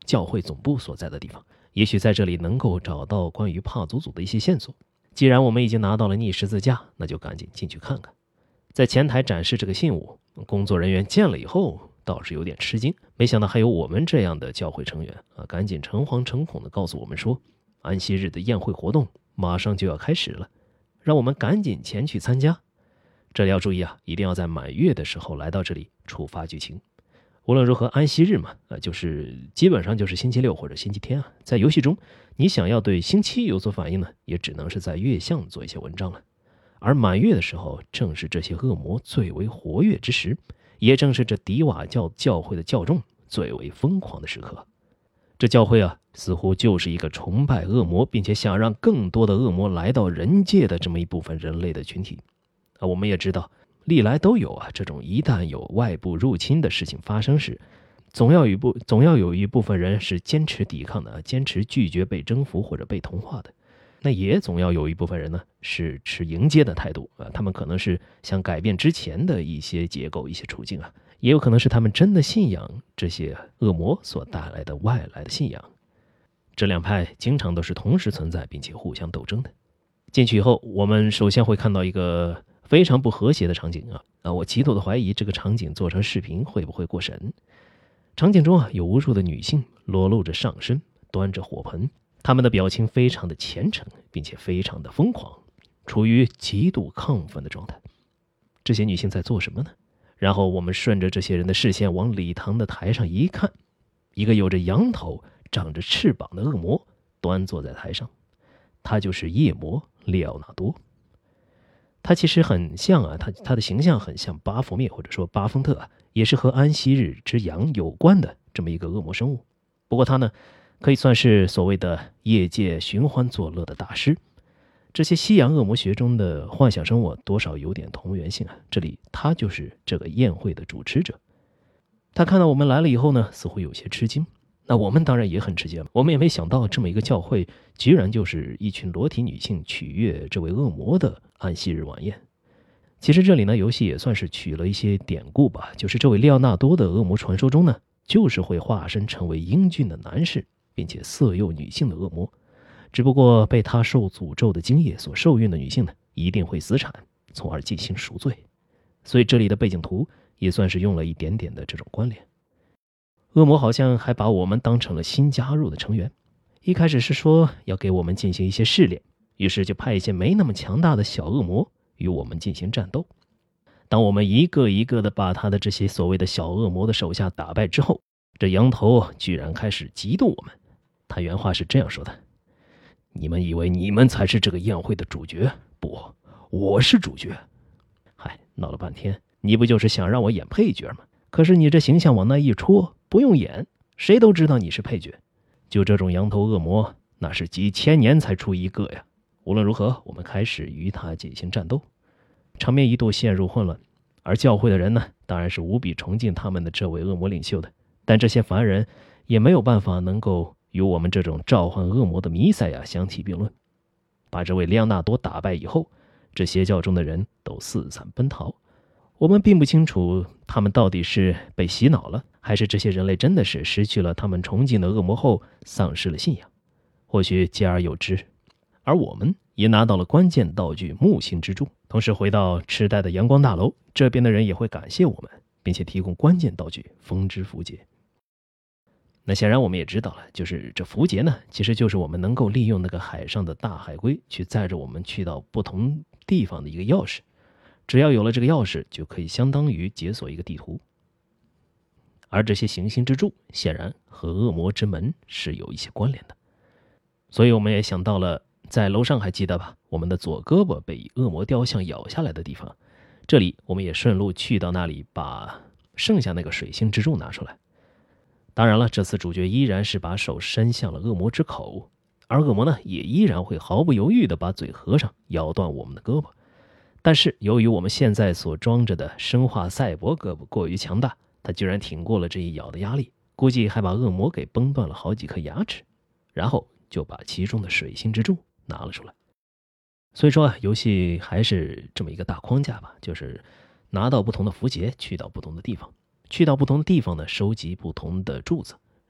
教会总部所在的地方，也许在这里能够找到关于帕祖祖的一些线索。既然我们已经拿到了逆十字架，那就赶紧进去看看。在前台展示这个信物，工作人员见了以后倒是有点吃惊，没想到还有我们这样的教会成员赶紧诚惶诚恐地告诉我们说，安息日的宴会活动马上就要开始了，让我们赶紧前去参加。这里要注意一定要在满月的时候来到这里触发剧情。无论如何，安息日嘛，就是基本上就是星期六或者星期天在游戏中，你想要对星期有所反应呢，也只能是在月相做一些文章了。而满月的时候，正是这些恶魔最为活跃之时，也正是这迪瓦教会的教众最为疯狂的时刻。这教会似乎就是一个崇拜恶魔，并且想让更多的恶魔来到人界的这么一部分人类的群体。我们也知道，历来都有这种一旦有外部入侵的事情发生时，总要有一部分人是坚持抵抗的，坚持拒绝被征服或者被同化的。那也总要有一部分人呢是持迎接的态度他们可能是想改变之前的一些结构、一些处境也有可能是他们真的信仰这些恶魔所带来的外来的信仰。这两派经常都是同时存在并且互相斗争的。进去以后，我们首先会看到一个非常不和谐的场景我极度的怀疑这个场景做成视频会不会过审。场景中有无数的女性裸露着上身，端着火盆，她们的表情非常的虔诚，并且非常的疯狂，处于极度亢奋的状态。这些女性在做什么呢？然后我们顺着这些人的视线往礼堂的台上一看，一个有着羊头、长着翅膀的恶魔端坐在台上，他就是夜魔利奥纳多。他其实很像他的形象很像巴佛灭或者说巴丰特也是和安息日之羊有关的这么一个恶魔生物。不过他呢，可以算是所谓的业界寻欢作乐的大师。这些西洋恶魔学中的幻想生物多少有点同源性这里他就是这个宴会的主持者。他看到我们来了以后呢，似乎有些吃惊。那我们当然也很吃惊，我们也没想到这么一个教会居然就是一群裸体女性取悦这位恶魔的安息日晚宴。其实这里呢，游戏也算是取了一些典故吧，就是这位利奥纳多的恶魔传说中呢，就是会化身成为英俊的男士并且色诱女性的恶魔。只不过被他受诅咒的精液所受孕的女性呢，一定会死产，从而进行赎罪。所以这里的背景图也算是用了一点点的这种关联。恶魔好像还把我们当成了新加入的成员，一开始是说要给我们进行一些试炼，于是就派一些没那么强大的小恶魔与我们进行战斗。当我们一个一个的把他的这些所谓的小恶魔的手下打败之后，这羊头居然开始嫉妒我们。他原话是这样说的：你们以为你们才是这个宴会的主角？不，我是主角。嗨，闹了半天，你不就是想让我演配角吗？可是你这形象往那一戳，不用演，谁都知道你是配角。就这种羊头恶魔，那是几千年才出一个呀。无论如何，我们开始与他进行战斗，场面一度陷入混乱。而教会的人呢，当然是无比崇敬他们的这位恶魔领袖的，但这些凡人也没有办法能够与我们这种召唤恶魔的弥赛亚相提并论。把这位利昂纳多打败以后，这邪教中的人都四散奔逃。我们并不清楚他们到底是被洗脑了，还是这些人类真的是失去了他们崇敬的恶魔后丧失了信仰，或许皆而有之。而我们也拿到了关键道具木星之柱，同时回到痴呆的阳光大楼，这边的人也会感谢我们，并且提供关键道具风之符节。那显然我们也知道了，就是这符节呢，其实就是我们能够利用那个海上的大海龟去载着我们去到不同地方的一个钥匙。只要有了这个钥匙，就可以相当于解锁一个地图。而这些行星之柱显然和恶魔之门是有一些关联的，所以我们也想到了在楼上还记得吧，我们的左胳膊被恶魔雕像咬下来的地方，这里我们也顺路去到那里，把剩下那个水星之柱拿出来。当然了，这次主角依然是把手伸向了恶魔之口，而恶魔呢也依然会毫不犹豫地把嘴合上，咬断我们的胳膊。但是由于我们现在所装着的生化赛博胳膊过于强大，它居然挺过了这一咬的压力，估计还把恶魔给崩断了好几颗牙齿，然后就把其中的水星之柱拿了出来。所以说游戏还是这么一个大框架吧，就是拿到不同的符节，去到不同的地方，去到不同的地方呢，收集不同的柱子，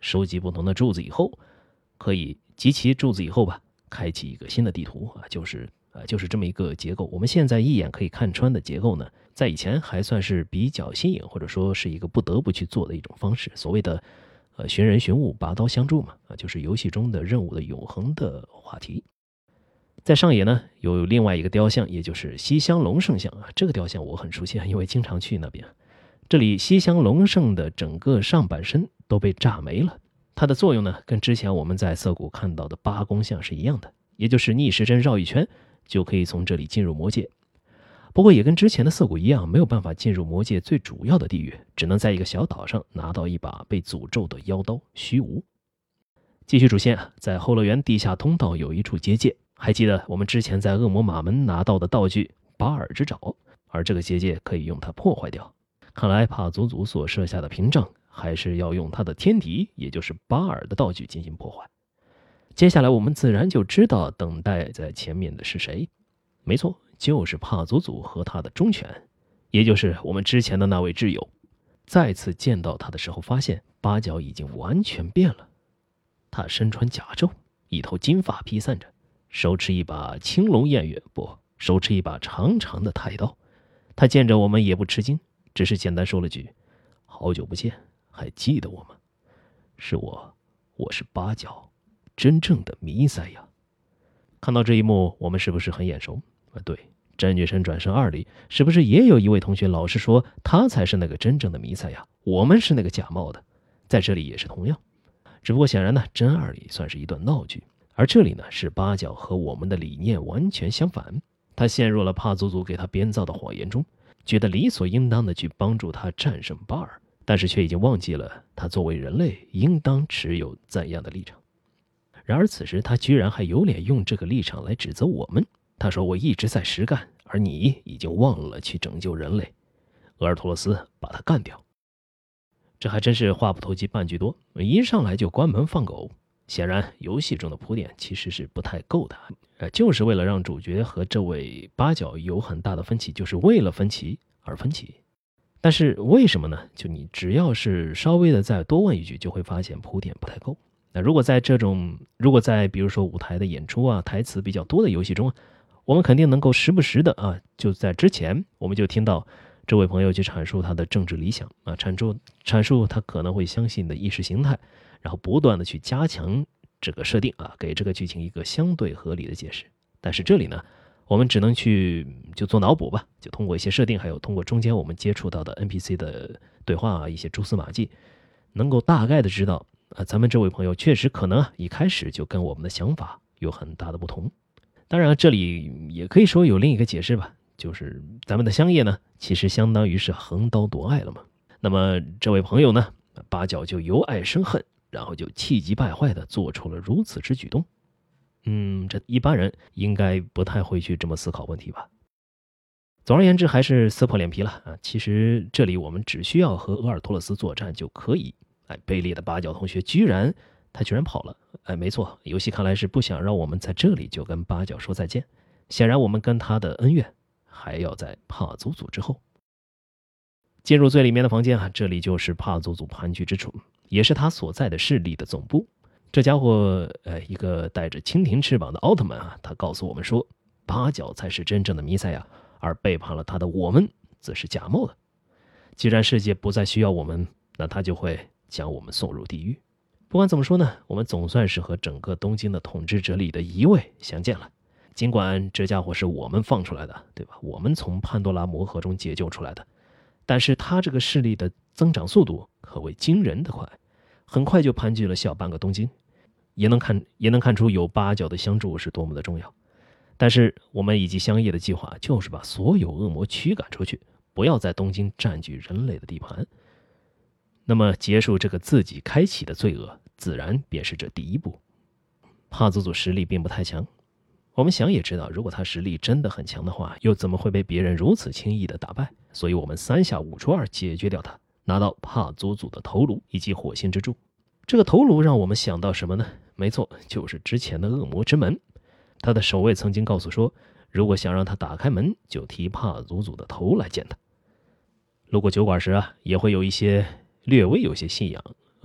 收集不同的柱子以后，可以集齐柱子以后吧，开启一个新的地图啊，就是这么一个结构。我们现在一眼可以看穿的结构呢，在以前还算是比较新颖，或者说是一个不得不去做的一种方式。所谓的寻人寻物，拔刀相助嘛，就是游戏中的任务的永恒的话题。在上野呢，有另外一个雕像，也就是西乡隆圣像啊。这个雕像我很熟悉，因为经常去那边。这里西乡隆圣的整个上半身都被炸没了，它的作用呢，跟之前我们在涩谷看到的八宫像是一样的，也就是逆时针绕一圈就可以从这里进入魔界。不过也跟之前的涩谷一样，没有办法进入魔界最主要的地狱，只能在一个小岛上拿到一把被诅咒的妖刀虚无。继续主线啊，在后乐园地下通道有一处结界，还记得我们之前在恶魔马门拿到的道具巴尔之爪，而这个结界可以用它破坏掉。看来帕祖祖所设下的屏障还是要用他的天敌，也就是巴尔的道具进行破坏。接下来我们自然就知道等待在前面的是谁，没错，就是帕祖祖和他的忠犬，也就是我们之前的那位挚友。再次见到他的时候，发现八角已经完全变了。他身穿甲胄，一头金发披散着，手持一把青龙偃月，不，手持一把长长的太刀。他见着我们也不吃惊，只是简单说了句：“好久不见，还记得我吗？是我是八角，真正的弥赛亚。”看到这一幕，我们是不是很眼熟？对，真女神转生2里是不是也有一位同学老是说他才是那个真正的弥赛亚，我们是那个假冒的？在这里也是同样，只不过显然呢，真2里算是一段闹剧，而这里呢是八角和我们的理念完全相反。他陷入了帕祖祖给他编造的谎言中，觉得理所应当的去帮助他战胜巴尔，但是却已经忘记了他作为人类应当持有怎样的立场。然而此时他居然还有脸用这个立场来指责我们。他说我一直在实干，而你已经忘了去拯救人类。鄂尔托洛斯把他干掉。这还真是话不投机半句多，一上来就关门放狗。显然游戏中的铺垫其实是不太够的，就是为了让主角和这位八角有很大的分歧，就是为了分歧而分歧。但是为什么呢？就你只要是稍微的再多问一句，就会发现铺垫不太够。那如果在比如说舞台的演出啊，台词比较多的游戏中，我们肯定能够时不时的啊，就在之前我们就听到这位朋友去阐述他的政治理想啊，阐述他可能会相信的意识形态，然后不断的去加强这个设定啊，给这个剧情一个相对合理的解释。但是这里呢，我们只能就做脑补吧，就通过一些设定，还有通过中间我们接触到的 NPC 的对话啊，一些蛛丝马迹，能够大概的知道咱们这位朋友确实可能一开始就跟我们的想法有很大的不同。当然这里也可以说有另一个解释吧，就是咱们的香叶呢，其实相当于是横刀夺爱了嘛。那么这位朋友呢，八角就由爱生恨，然后就气急败坏的做出了如此之举动。这一般人应该不太会去这么思考问题吧。总而言之，还是撕破脸皮了啊！其实这里我们只需要和鄂尔托勒斯作战就可以。卑劣的八角同学居然跑了。没错，游戏看来是不想让我们在这里就跟八角说再见。显然我们跟他的恩怨还要在帕祖祖之后。进入最里面的房间啊，这里就是帕祖祖盘踞之处，也是他所在的势力的总部。这家伙一个带着蜻蜓翅膀的奥特曼啊，他告诉我们说，八角才是真正的弥赛亚，而背叛了他的我们则是假冒的。既然世界不再需要我们，那他就会将我们送入地狱。不管怎么说呢，我们总算是和整个东京的统治者里的一位相见了。尽管这家伙是我们放出来的，对吧？我们从潘多拉魔盒中解救出来的，但是他这个势力的增长速度可谓惊人的快，很快就盘踞了小半个东京，也能看出有八角的相助是多么的重要。但是我们以及香叶的计划就是把所有恶魔驱赶出去，不要在东京占据人类的地盘。那么结束这个自己开启的罪恶，自然便是这第一步。帕祖祖实力并不太强，我们想也知道，如果他实力真的很强的话，又怎么会被别人如此轻易的打败？所以我们3下5除2解决掉他，拿到帕祖祖的头颅以及火星之柱。这个头颅让我们想到什么呢？没错，就是之前的恶魔之门。他的守卫曾经告诉说，如果想让他打开门，就提帕祖祖的头来见他。路过酒馆时也会有一些略微有些信仰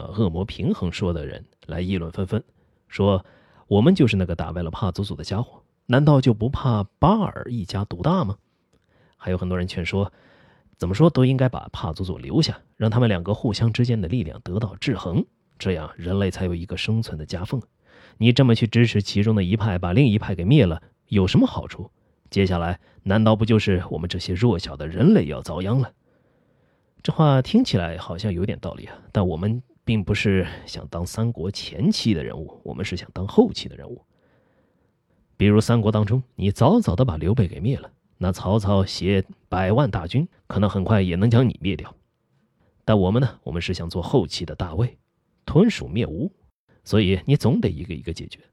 恶魔平衡说的人来议论纷纷，说我们就是那个打败了帕祖祖的家伙，难道就不怕巴尔一家独大吗？还有很多人劝说，怎么说都应该把帕祖祖留下，让他们两个互相之间的力量得到制衡，这样人类才有一个生存的夹缝。你这么去支持其中的一派，把另一派给灭了，有什么好处？接下来难道不就是我们这些弱小的人类要遭殃了？这话听起来好像有点道理啊，但我们并不是想当三国前期的人物，我们是想当后期的人物。比如三国当中，你早早的把刘备给灭了，那曹操携100万大军，可能很快也能将你灭掉。但我们呢，我们是想做后期的大魏，吞蜀灭吴，所以你总得一个一个解决。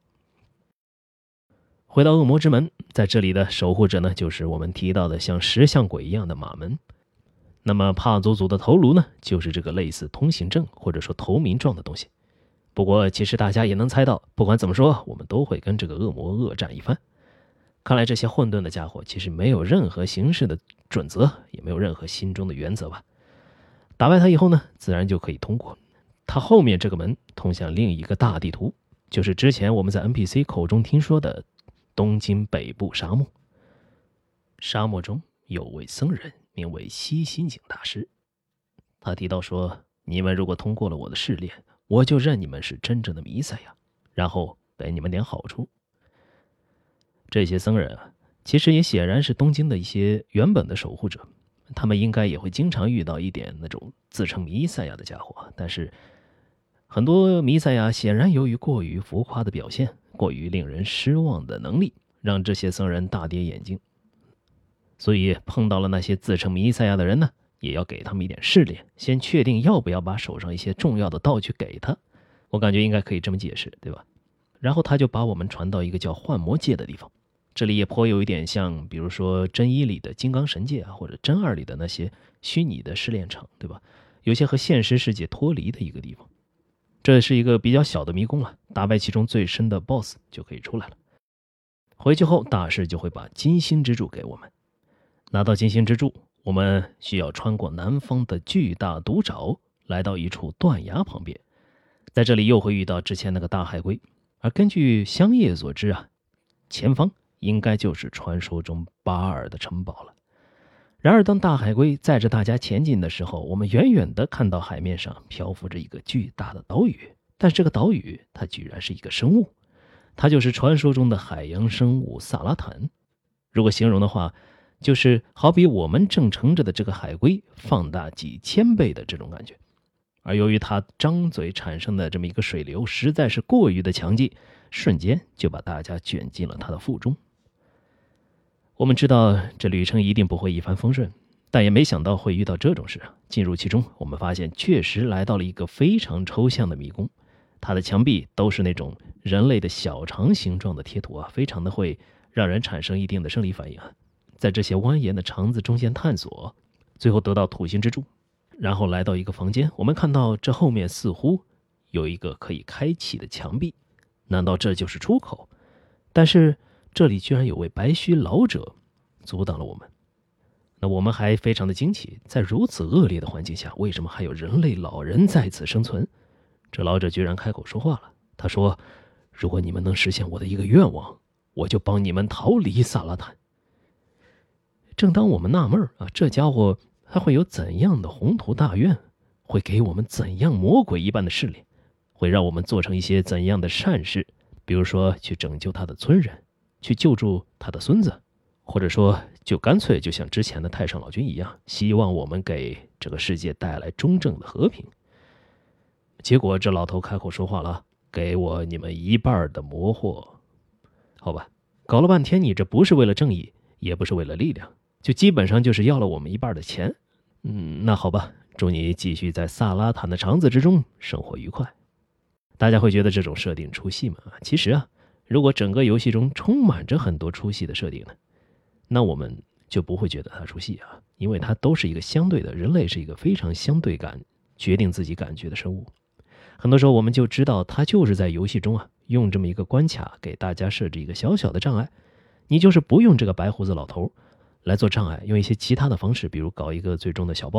回到恶魔之门，在这里的守护者呢，就是我们提到的像石像鬼一样的马门。那么帕祖祖的头颅呢，就是这个类似通行证或者说投名状的东西。不过其实大家也能猜到，不管怎么说，我们都会跟这个恶魔恶战一番。看来这些混沌的家伙其实没有任何行事的准则，也没有任何心中的原则吧。打败他以后呢，自然就可以通过。他后面这个门通向另一个大地图，就是之前我们在 NPC 口中听说的东京北部沙漠。沙漠中有位僧人名为西心井大师，他提到说，你们如果通过了我的试炼，我就认你们是真正的弥赛亚，然后给你们点好处。这些僧人啊，其实也显然是东京的一些原本的守护者，他们应该也会经常遇到一点那种自称弥赛亚的家伙，但是很多弥赛亚显然由于过于浮夸的表现，过于令人失望的能力，让这些僧人大跌眼镜。所以碰到了那些自称弥赛亚的人呢，也要给他们一点试炼，先确定要不要把手上一些重要的道具给他。我感觉应该可以这么解释，对吧？然后他就把我们传到一个叫幻魔界的地方，这里也颇有一点像比如说真一里的金刚神界啊，或者真二里的那些虚拟的试炼场，对吧？有些和现实世界脱离的一个地方。这是一个比较小的迷宫了，打败其中最深的 BOSS 就可以出来了。回去后大师就会把金星之柱给我们，拿到金星之柱，我们需要穿过南方的巨大毒沼，来到一处断崖旁边，在这里又会遇到之前那个大海龟，而根据香叶所知啊，前方应该就是传说中巴尔的城堡了。然而当大海龟载着大家前进的时候，我们远远地看到海面上漂浮着一个巨大的岛屿，但这个岛屿它居然是一个生物，它就是传说中的海洋生物萨拉坦。如果形容的话，就是好比我们正乘着的这个海龟放大几千倍的这种感觉。而由于它张嘴产生的这么一个水流实在是过于的强劲，瞬间就把大家卷进了它的腹中。我们知道这旅程一定不会一帆风顺，但也没想到会遇到这种事。进入其中，我们发现确实来到了一个非常抽象的迷宫，它的墙壁都是那种人类的小肠形状的贴图啊，非常的会让人产生一定的生理反应啊。在这些蜿蜒的肠子中间探索，最后得到土星之柱，然后来到一个房间，我们看到这后面似乎有一个可以开启的墙壁，难道这就是出口？但是这里居然有位白须老者阻挡了我们。那我们还非常的惊奇，在如此恶劣的环境下，为什么还有人类老人在此生存？这老者居然开口说话了，他说，如果你们能实现我的一个愿望，我就帮你们逃离萨拉坦。正当我们纳闷啊，这家伙他会有怎样的宏图大愿，会给我们怎样魔鬼一般的试炼，会让我们做成一些怎样的善事，比如说去拯救他的村人，去救助他的孙子，或者说就干脆就像之前的太上老君一样，希望我们给这个世界带来中正的和平。结果这老头开口说话了，给我你们一半的魔货。好吧，搞了半天你这不是为了正义，也不是为了力量，就基本上就是要了我们一半的钱。那好吧，祝你继续在萨拉坦的肠子之中生活愉快。大家会觉得这种设定出戏吗？其实啊，如果整个游戏中充满着很多出戏的设定呢，那我们就不会觉得它出戏啊，因为它都是一个相对的，人类是一个非常相对感决定自己感觉的生物。很多时候我们就知道它就是在游戏中啊，用这么一个关卡给大家设置一个小小的障碍，你就是不用这个白胡子老头来做障碍，用一些其他的方式，比如搞一个最终的小 boss，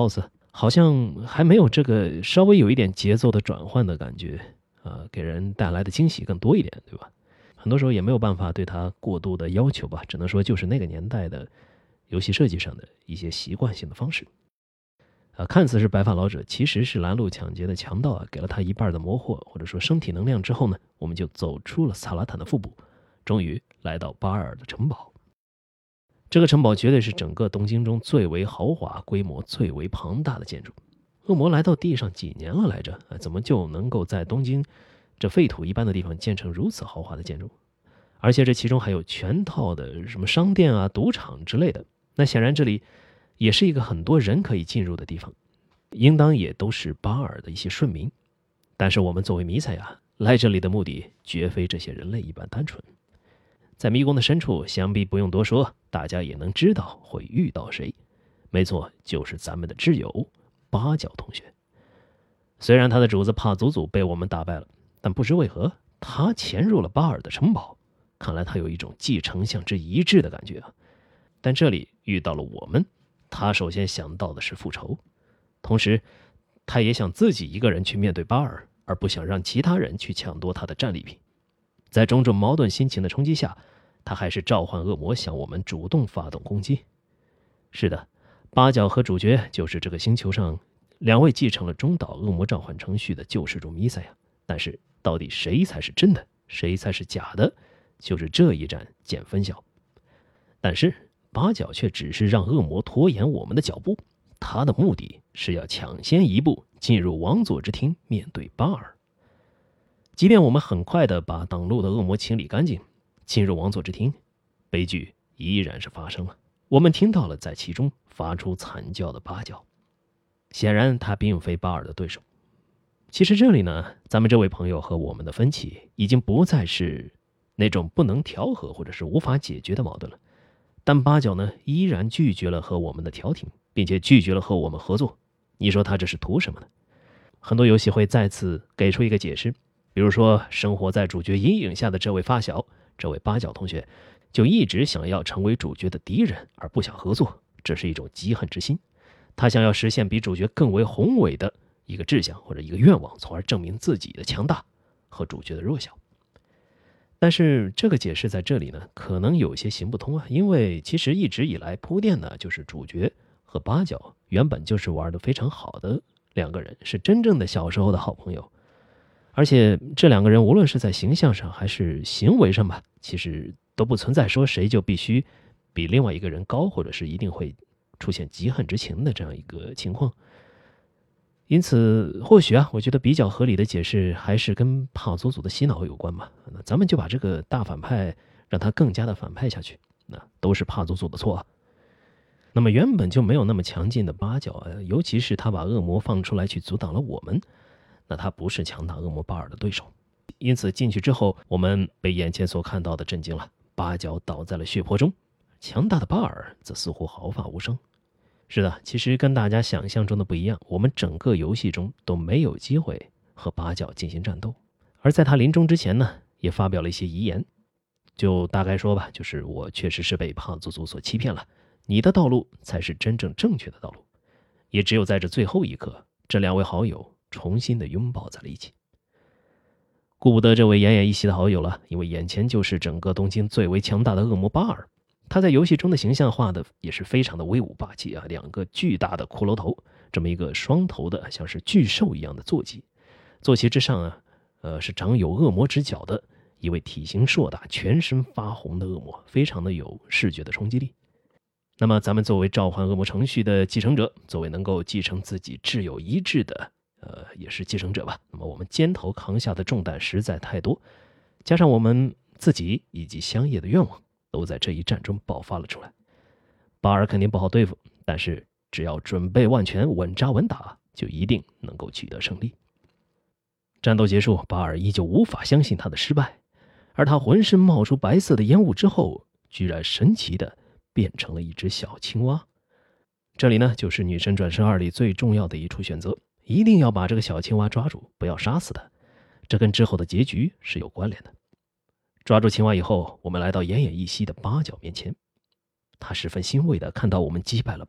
好像还没有这个稍微有一点节奏的转换的感觉，给人带来的惊喜更多一点，对吧？很多时候也没有办法对它过度的要求吧，只能说就是那个年代的游戏设计上的一些习惯性的方式。看似是白发老者，其实是拦路抢劫的强盗给了他一半的魔惑或者说身体能量之后呢，我们就走出了萨拉坦的腹部，终于来到巴尔的城堡。这个城堡绝对是整个东京中最为豪华、规模最为庞大的建筑。恶魔来到地上几年了来着，怎么就能够在东京这废土一般的地方建成如此豪华的建筑？而且这其中还有全套的什么商店啊、赌场之类的。那显然这里也是一个很多人可以进入的地方，应当也都是巴尔的一些顺民。但是我们作为弥赛亚来这里的目的绝非这些人类一般单纯。在迷宫的深处，想必不用多说，大家也能知道会遇到谁。没错，就是咱们的挚友八角同学。虽然他的主子帕祖祖被我们打败了，但不知为何他潜入了巴尔的城堡，看来他有一种继丞相之遗志的感觉啊。但这里遇到了我们，他首先想到的是复仇，同时他也想自己一个人去面对巴尔，而不想让其他人去抢夺他的战利品。在种种矛盾心情的冲击下，他还是召唤恶魔向我们主动发动攻击。是的，八角和主角就是这个星球上两位继承了中岛恶魔召唤程序的救世主弥赛亚。但是到底谁才是真的，谁才是假的，就是这一战见分晓。但是八角却只是让恶魔拖延我们的脚步，他的目的是要抢先一步进入王座之厅面对巴尔。即便我们很快地把挡路的恶魔清理干净，进入王座之厅，悲剧依然是发生了。我们听到了在其中发出惨叫的八角，显然他并非巴尔的对手。其实这里呢，咱们这位朋友和我们的分歧已经不再是那种不能调和或者是无法解决的矛盾了，但八角呢依然拒绝了和我们的调停，并且拒绝了和我们合作。你说他这是图什么呢？很多游戏会再次给出一个解释，比如说生活在主角阴影下的这位发小，这位八角同学就一直想要成为主角的敌人而不想合作，这是一种积恨之心。他想要实现比主角更为宏伟的一个志向或者一个愿望，从而证明自己的强大和主角的弱小。但是这个解释在这里呢，可能有些行不通啊，因为其实一直以来铺垫的就是主角和八角原本就是玩得非常好的两个人，是真正的小时候的好朋友。而且这两个人无论是在形象上还是行为上吧，其实都不存在说谁就必须比另外一个人高，或者是一定会出现嫉恨之情的这样一个情况。因此或许我觉得比较合理的解释还是跟帕祖祖的洗脑有关嘛。那咱们就把这个大反派让他更加的反派下去，那都是帕祖祖的错。那么原本就没有那么强劲的八角，尤其是他把恶魔放出来去阻挡了我们，那他不是强大恶魔巴尔的对手。因此进去之后，我们被眼前所看到的震惊了，八角倒在了血泊中，强大的巴尔则似乎毫发无伤。是的，其实跟大家想象中的不一样，我们整个游戏中都没有机会和八角进行战斗。而在他临终之前呢，也发表了一些遗言，就大概说吧，就是我确实是被帕祖祖所欺骗了，你的道路才是真正正确的道路。也只有在这最后一刻，这两位好友重新的拥抱在了一起。顾不得这位奄奄一息的好友了，因为眼前就是整个东京最为强大的恶魔巴尔。他在游戏中的形象画的也是非常的威武霸气啊，两个巨大的骷髅头，这么一个双头的像是巨兽一样的坐骑，坐骑之上是长有恶魔之角的一位体型硕大、全身发红的恶魔，非常的有视觉的冲击力。那么咱们作为召唤恶魔程序的继承者，作为能够继承自己挚友遗志的也是继承者吧，那么我们肩头扛下的重担实在太多，加上我们自己以及香叶的愿望都在这一战中爆发了出来。巴尔肯定不好对付，但是只要准备万全，稳扎稳打，就一定能够取得胜利。战斗结束，巴尔依旧无法相信他的失败，而他浑身冒出白色的烟雾之后，居然神奇的变成了一只小青蛙。这里呢，就是《女神转生2》里最重要的一处选择，一定要把这个小青蛙抓住，不要杀死它，这跟之后的结局是有关联的。抓住青蛙以后，我们来到奄奄一息的八角面前，他十分欣慰地看到我们击败了巴尔，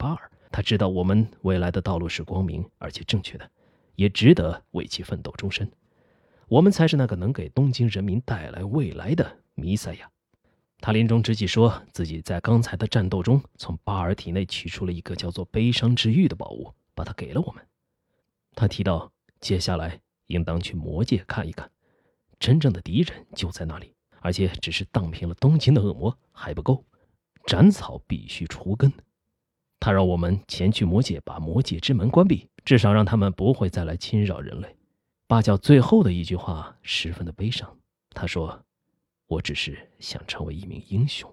他知道我们未来的道路是光明而且正确的，也值得为其奋斗终身。我们才是那个能给东京人民带来未来的弥赛亚。他临终之际说自己在刚才的战斗中从巴尔体内取出了一个叫做悲伤之玉的宝物，把它给了我们。他提到接下来应当去魔界看一看，真正的敌人就在那里，而且只是荡平了东京的恶魔还不够，斩草必须除根。他让我们前去魔界，把魔界之门关闭，至少让他们不会再来侵扰人类。八角最后的一句话十分的悲伤，他说，我只是想成为一名英雄。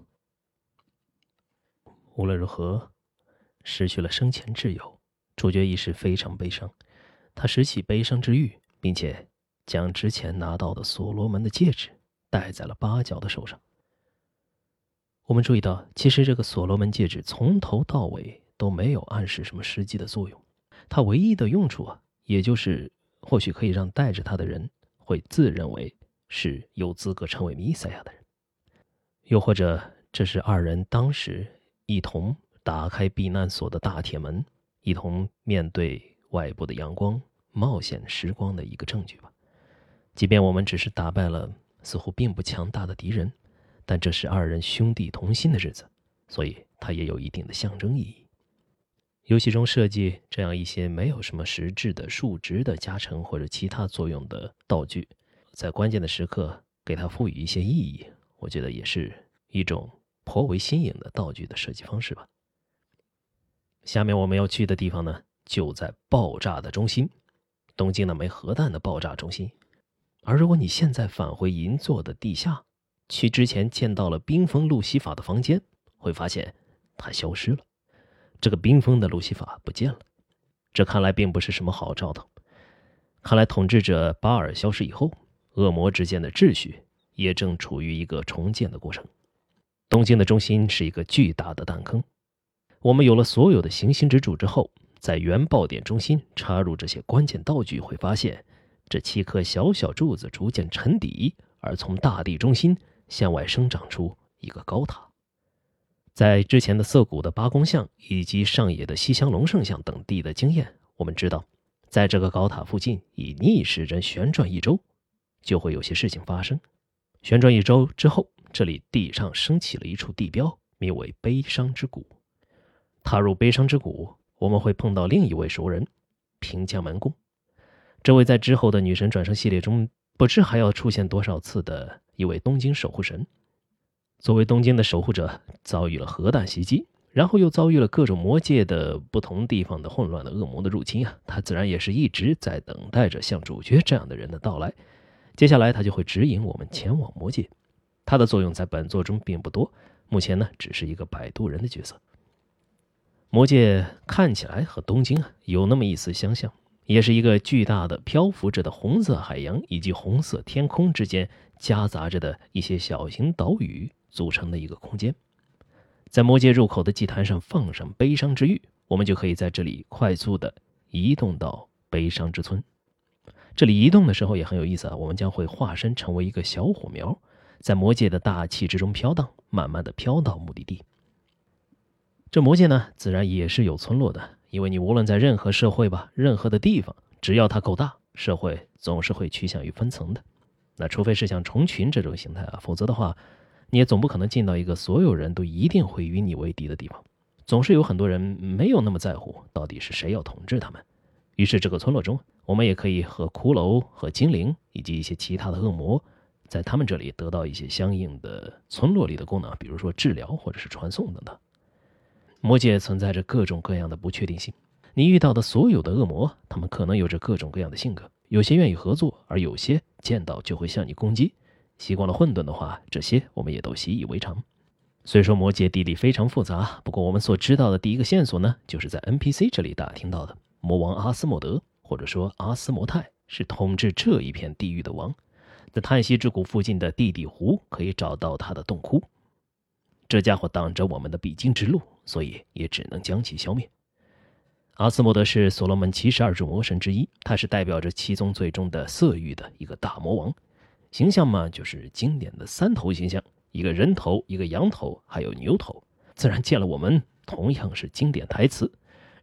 无论如何，失去了生前挚友，主角一时非常悲伤。他拾起悲伤之玉，并且将之前拿到的所罗门的戒指戴在了八角的手上。我们注意到，其实这个所罗门戒指从头到尾都没有暗示什么实际的作用，它唯一的用处也就是或许可以让带着它的人会自认为是有资格成为弥赛亚的人，又或者这是二人当时一同打开避难所的大铁门，一同面对外部的阳光冒险时光的一个证据吧。即便我们只是打败了似乎并不强大的敌人，但这是二人兄弟同心的日子，所以它也有一定的象征意义。游戏中设计这样一些没有什么实质的数值的加成或者其他作用的道具，在关键的时刻给它赋予一些意义，我觉得也是一种颇为新颖的道具的设计方式吧。下面我们要去的地方呢，就在爆炸的中心，东京那枚核弹的爆炸中心。而如果你现在返回银座的地下，去之前见到了冰封路西法的房间，会发现它消失了。这个冰封的路西法不见了，这看来并不是什么好兆头。看来统治者巴尔消失以后，恶魔之间的秩序也正处于一个重建的过程。东京的中心是一个巨大的弹坑，我们有了所有的行星之柱之后，在原爆点中心插入这些关键道具，会发现这7颗小小柱子逐渐沉底，而从大地中心向外生长出一个高塔。在之前的涩谷的八公像以及上野的西乡隆圣像等地的经验，我们知道在这个高塔附近以逆时针旋转1周，就会有些事情发生。旋转1周之后，这里地上升起了一处地标，名为悲伤之谷。踏入悲伤之谷，我们会碰到另一位熟人，平江门宫。这位在之后的女神转生系列中不知还要出现多少次的一位东京守护神。作为东京的守护者，遭遇了核弹袭击，然后又遭遇了各种魔界的不同地方的混乱的恶魔的入侵他自然也是一直在等待着像主角这样的人的到来。接下来他就会指引我们前往魔界，他的作用在本作中并不多，目前呢只是一个摆渡人的角色。魔界看起来和东京有那么一丝相像，也是一个巨大的漂浮着的红色海洋以及红色天空之间夹杂着的一些小型岛屿组成的一个空间。在魔界入口的祭坛上放上悲伤之玉，我们就可以在这里快速的移动到悲伤之村。这里移动的时候也很有意思我们将会化身成为一个小火苗，在魔界的大气之中飘荡，慢慢的飘到目的地。这魔界呢，自然也是有村落的，因为你无论在任何社会吧，任何的地方，只要它够大，社会总是会趋向于分层的。那除非是像虫群这种形态否则的话，你也总不可能进到一个所有人都一定会与你为敌的地方。总是有很多人没有那么在乎到底是谁要统治他们。于是这个村落中，我们也可以和骷髅和精灵以及一些其他的恶魔，在他们这里得到一些相应的村落里的功能，比如说治疗或者是传送等等。魔界存在着各种各样的不确定性，你遇到的所有的恶魔，他们可能有着各种各样的性格，有些愿意合作，而有些见到就会向你攻击。习惯了混沌的话，这些我们也都习以为常。虽说魔界地理非常复杂，不过我们所知道的第一个线索呢，就是在 NPC 这里打听到的。魔王阿斯莫德，或者说阿斯摩泰，是统治这一片地域的王。在叹息之谷附近的地底湖可以找到他的洞窟。这家伙挡着我们的必经之路，所以也只能将其消灭。阿斯莫德是所罗门72柱魔神之一，他是代表着七宗罪中的色欲的一个大魔王。形象嘛，就是经典的3头形象，一个人头，一个羊头，还有牛头。自然见了我们同样是经典台词。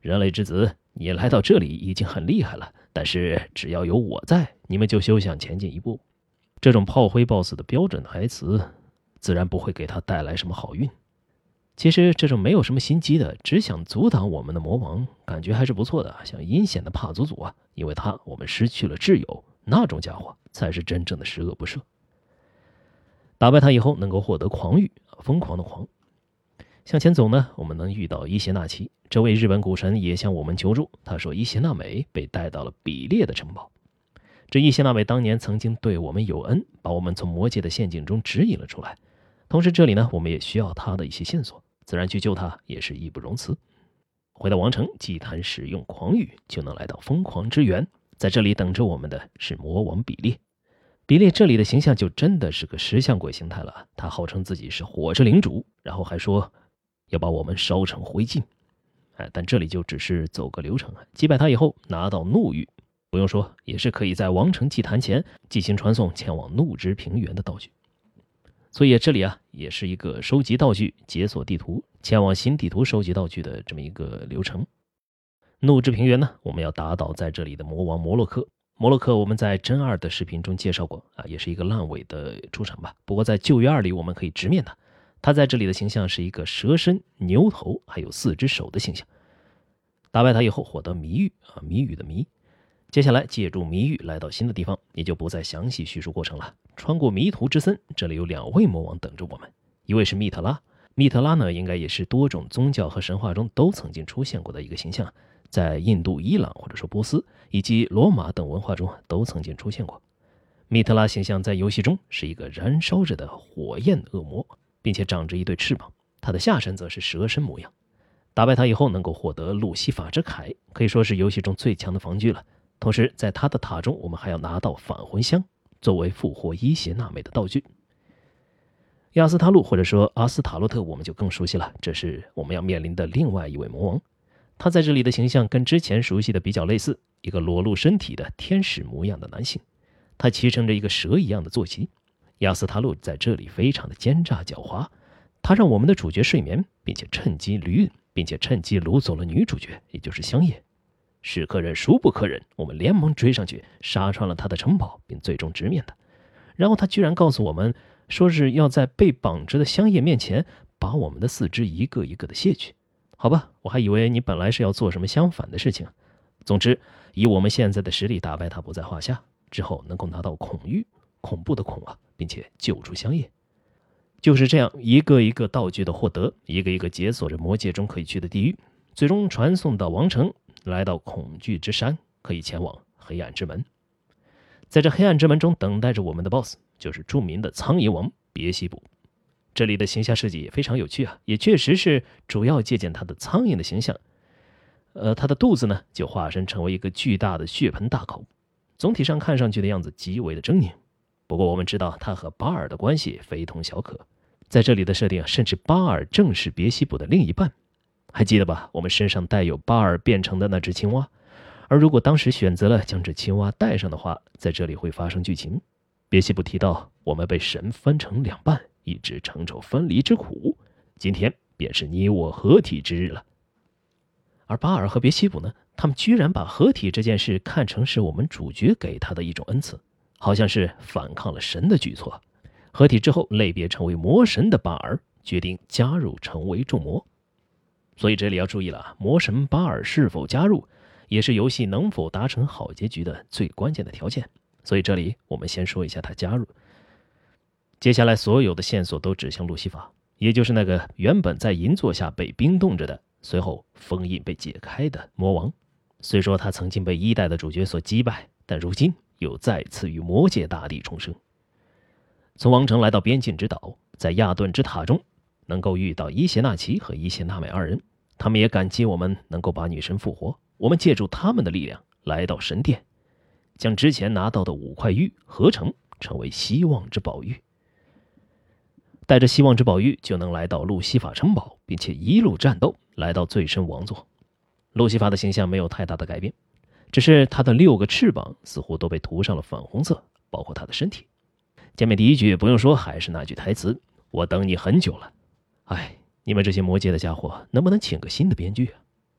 人类之子，你来到这里已经很厉害了，但是只要有我在，你们就休想前进一步。这种炮灰爆死的标准台词，自然不会给他带来什么好运。其实这种没有什么心机的，只想阻挡我们的魔王，感觉还是不错的，像阴险的帕祖祖啊，因为他我们失去了挚友，那种家伙才是真正的十恶不赦。打败他以后能够获得狂欲，疯狂的狂。向前走呢，我们能遇到伊邪那岐，这位日本古神也向我们求助。他说伊邪那美被带到了比列的城堡，这伊邪那美当年曾经对我们有恩，把我们从魔界的陷阱中指引了出来。同时这里呢，我们也需要他的一些线索，自然去救他也是义不容辞。回到王城，祭坛使用狂语，就能来到疯狂之源。在这里等着我们的是魔王比列。比列这里的形象就真的是个石像鬼形态了，他号称自己是火之领主，然后还说要把我们烧成灰烬。但这里就只是走个流程，击败他以后拿到怒玉，不用说也是可以在王城祭坛前进行传送前往怒之平原的道具。所以这里也是一个收集道具、解锁地图、前往新地图收集道具的这么一个流程。怒之平原呢，我们要打倒在这里的魔王摩洛克。摩洛克我们在真二的视频中介绍过也是一个烂尾的出场吧。不过在旧约2里我们可以直面他，他在这里的形象是一个蛇身、牛头还有4只手的形象。打败他以后获得谜语谜语的谜。接下来借助谜语来到新的地方，也就不再详细叙述过程了。穿过迷途之森，这里有2位魔王等着我们，一位是密特拉。密特拉呢，应该也是多种宗教和神话中都曾经出现过的一个形象，在印度、伊朗或者说波斯以及罗马等文化中都曾经出现过。密特拉形象在游戏中是一个燃烧着的火焰恶魔，并且长着一对翅膀，他的下身则是蛇身模样。打败他以后能够获得路西法之铠，可以说是游戏中最强的防具了。同时在他的塔中我们还要拿到返魂香，作为复活伊邪那美的道具。亚斯塔路或者说阿斯塔洛特我们就更熟悉了，这是我们要面临的另外一位魔王。他在这里的形象跟之前熟悉的比较类似，一个裸露身体的天使模样的男性，他骑乘着一个蛇一样的坐骑。亚斯塔路在这里非常的奸诈狡猾，他让我们的主角睡眠，并且趁机掳走了女主角，也就是香叶。是可忍孰不可忍，我们连忙追上去，杀穿了他的城堡，并最终直面他。然后他居然告诉我们，说是要在被绑着的香叶面前把我们的4肢一个一个的卸去。好吧，我还以为你本来是要做什么相反的事情。总之以我们现在的实力打败他不在话下，之后能够拿到恐玉，恐怖的恐并且救出香叶。就是这样一个一个道具的获得，一个一个解锁着魔界中可以去的地狱，最终传送到王城，来到恐惧之山，可以前往黑暗之门。在这黑暗之门中等待着我们的 BOSS 就是著名的苍蝇王别西卜。这里的形象设计也非常有趣也确实是主要借鉴他的苍蝇的形象。他的肚子呢就化身成为一个巨大的血盆大口，总体上看上去的样子极为的狰狞。不过我们知道他和巴尔的关系非同小可，在这里的设定甚至巴尔正是别西卜的另一半。还记得吧，我们身上带有巴尔变成的那只青蛙，而如果当时选择了将这青蛙带上的话，在这里会发生剧情。别西卜提到我们被神分成2半，一直承受分离之苦，今天便是你我合体之日了。而巴尔和别西卜呢，他们居然把合体这件事看成是我们主角给他的一种恩赐，好像是反抗了神的举措。合体之后类别成为魔神的巴尔决定加入成为众魔。所以这里要注意了，魔神巴尔是否加入也是游戏能否达成好结局的最关键的条件。所以这里我们先说一下他加入。接下来所有的线索都指向路西法，也就是那个原本在银座下被冰冻着的，随后封印被解开的魔王。虽说他曾经被1代的主角所击败，但如今又再次与魔界大地重生。从王城来到边境之岛，在亚顿之塔中能够遇到伊邪那岐和伊邪那美2人，他们也感激我们能够把女神复活。我们借助他们的力量来到神殿，将之前拿到的5块玉合成为希望之宝玉。带着希望之宝玉就能来到路西法城堡，并且一路战斗来到最深王座。路西法的形象没有太大的改变，只是他的6个翅膀似乎都被涂上了粉红色，包括他的身体。见面第一句不用说，还是那句台词，我等你很久了。哎，你们这些魔界的家伙能不能请个新的编剧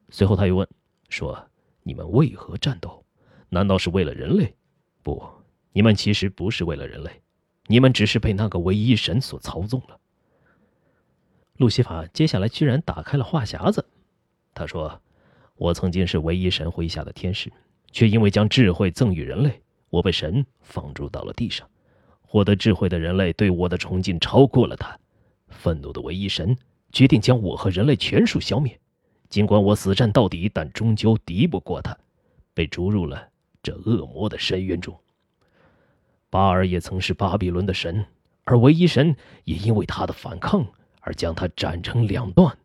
随后他又问说：“你们为何战斗？难道是为了人类？不，你们其实不是为了人类，你们只是被那个唯一神所操纵了。”路西法接下来居然打开了话匣子，他说：“我曾经是唯一神麾下的天使，却因为将智慧赠予人类，我被神放逐到了地上。获得智慧的人类对我的崇敬超过了他。愤怒的唯一神决定将我和人类全数消灭。尽管我死战到底，但终究敌不过他，被逐入了这恶魔的深渊中。巴尔也曾是巴比伦的神，而唯一神也因为他的反抗而将他斩成两段。”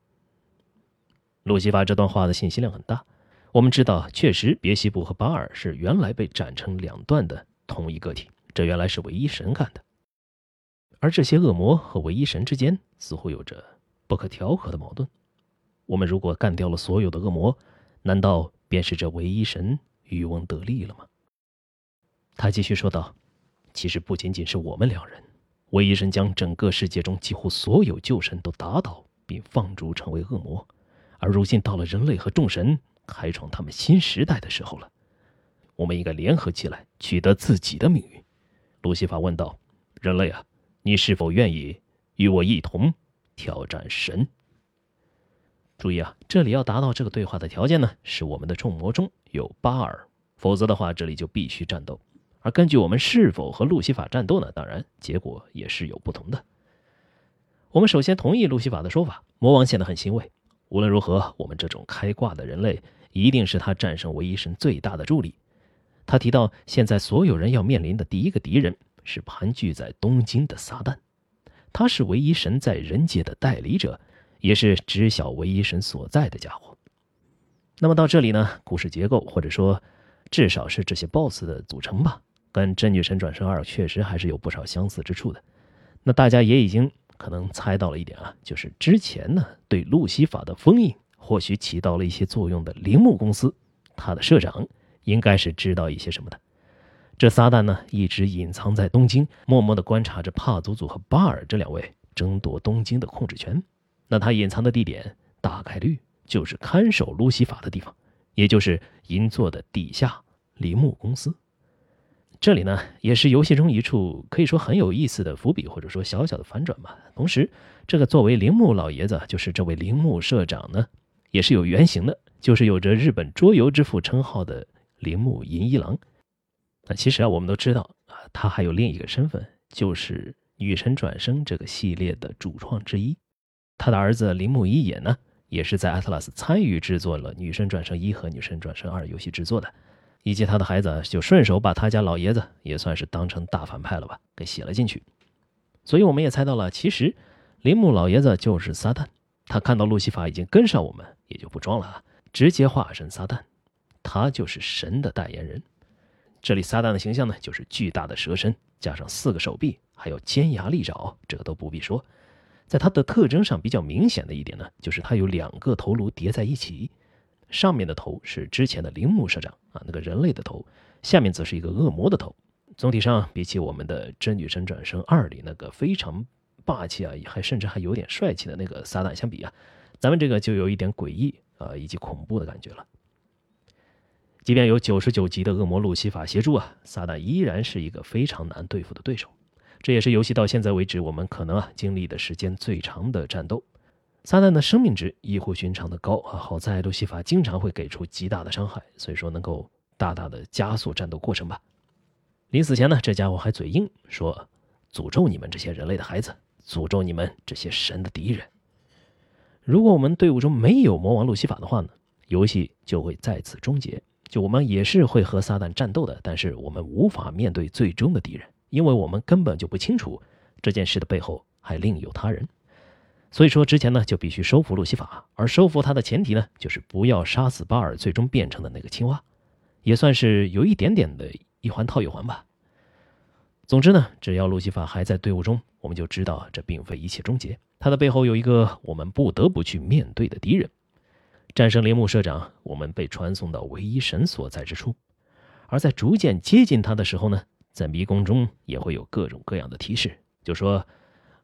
路西法这段话的信息量很大，我们知道，确实别西卜和巴尔是原来被斩成两段的同一个体，这原来是唯一神干的。而这些恶魔和唯一神之间似乎有着不可调和的矛盾。我们如果干掉了所有的恶魔，难道便是这唯一神渔翁得利了吗？他继续说道：“其实不仅仅是我们两人，唯一神将整个世界中几乎所有旧神都打倒，并放逐成为恶魔。而如今到了人类和众神开创他们新时代的时候了，我们应该联合起来，取得自己的命运。”路西法问道：“人类啊，你是否愿意与我一同挑战神？”注意啊，这里要达到这个对话的条件呢，是我们的众魔中有巴尔，否则的话这里就必须战斗。而根据我们是否和路西法战斗呢，当然结果也是有不同的。我们首先同意路西法的说法，魔王显得很欣慰。无论如何，我们这种开挂的人类一定是他战胜唯一神最大的助力。他提到，现在所有人要面临的第一个敌人是盘踞在东京的撒旦，他是唯一神在人界的代理者，也是知晓唯一神所在的家伙。那么到这里呢，故事结构或者说至少是这些 BOSS 的组成吧，跟《真女神转生2》确实还是有不少相似之处的。那大家也已经可能猜到了一点啊，就是之前呢对路西法的封印或许起到了一些作用的铃木公司，他的社长应该是知道一些什么的。这撒旦呢一直隐藏在东京，默默地观察着帕祖祖和巴尔这两位争夺东京的控制权。那他隐藏的地点大概率就是看守路西法的地方，也就是银座的地下铃木公司。这里呢也是游戏中一处可以说很有意思的伏笔，或者说小小的反转吧。同时这个作为铃木老爷子，就是这位铃木社长呢，也是有原型的，就是有着日本桌游之父称号的铃木银一郎。那其实啊，我们都知道啊，他还有另一个身份，就是女神转生这个系列的主创之一。他的儿子铃木一也呢，也是在 Atlas 参与制作了女神转生1和女神转生2游戏制作的。以及他的孩子就顺手把他家老爷子也算是当成大反派了吧，给写了进去。所以我们也猜到了，其实铃木老爷子就是撒旦。他看到路西法已经跟上我们，也就不装了啊，直接化身撒旦，他就是神的代言人。这里撒旦的形象呢，就是巨大的蛇身，加上4个手臂，还有尖牙利爪，这个都不必说。在它的特征上比较明显的一点呢，就是它有2个头颅叠在一起。上面的头是之前的铃木社长啊，那个人类的头，下面则是一个恶魔的头。总体上比起我们的《真女神转生2》里那个非常霸气啊，甚至还有点帅气的那个撒旦相比啊，咱们这个就有一点诡异啊以及恐怖的感觉了。即便有99级的恶魔路西法协助啊，撒旦依然是一个非常难对付的对手。这也是游戏到现在为止我们可能经历的时间最长的战斗。撒旦的生命值异乎寻常的高啊，好在路西法经常会给出极大的伤害，所以说能够大大的加速战斗过程吧。临死前呢，这家伙还嘴硬说：“诅咒你们这些人类的孩子，诅咒你们这些神的敌人。”如果我们队伍中没有魔王路西法的话呢，游戏就会再次终结。就我们也是会和撒旦战斗的，但是我们无法面对最终的敌人，因为我们根本就不清楚这件事的背后还另有他人。所以说之前呢就必须收服路西法，而收服他的前提呢就是不要杀死巴尔最终变成的那个青蛙，也算是有一点点的一环套一环吧。总之呢，只要路西法还在队伍中，我们就知道这并非一切终结，他的背后有一个我们不得不去面对的敌人。战胜铃木社长，我们被传送到唯一神所在之处，而在逐渐接近他的时候呢，在迷宫中也会有各种各样的提示，就说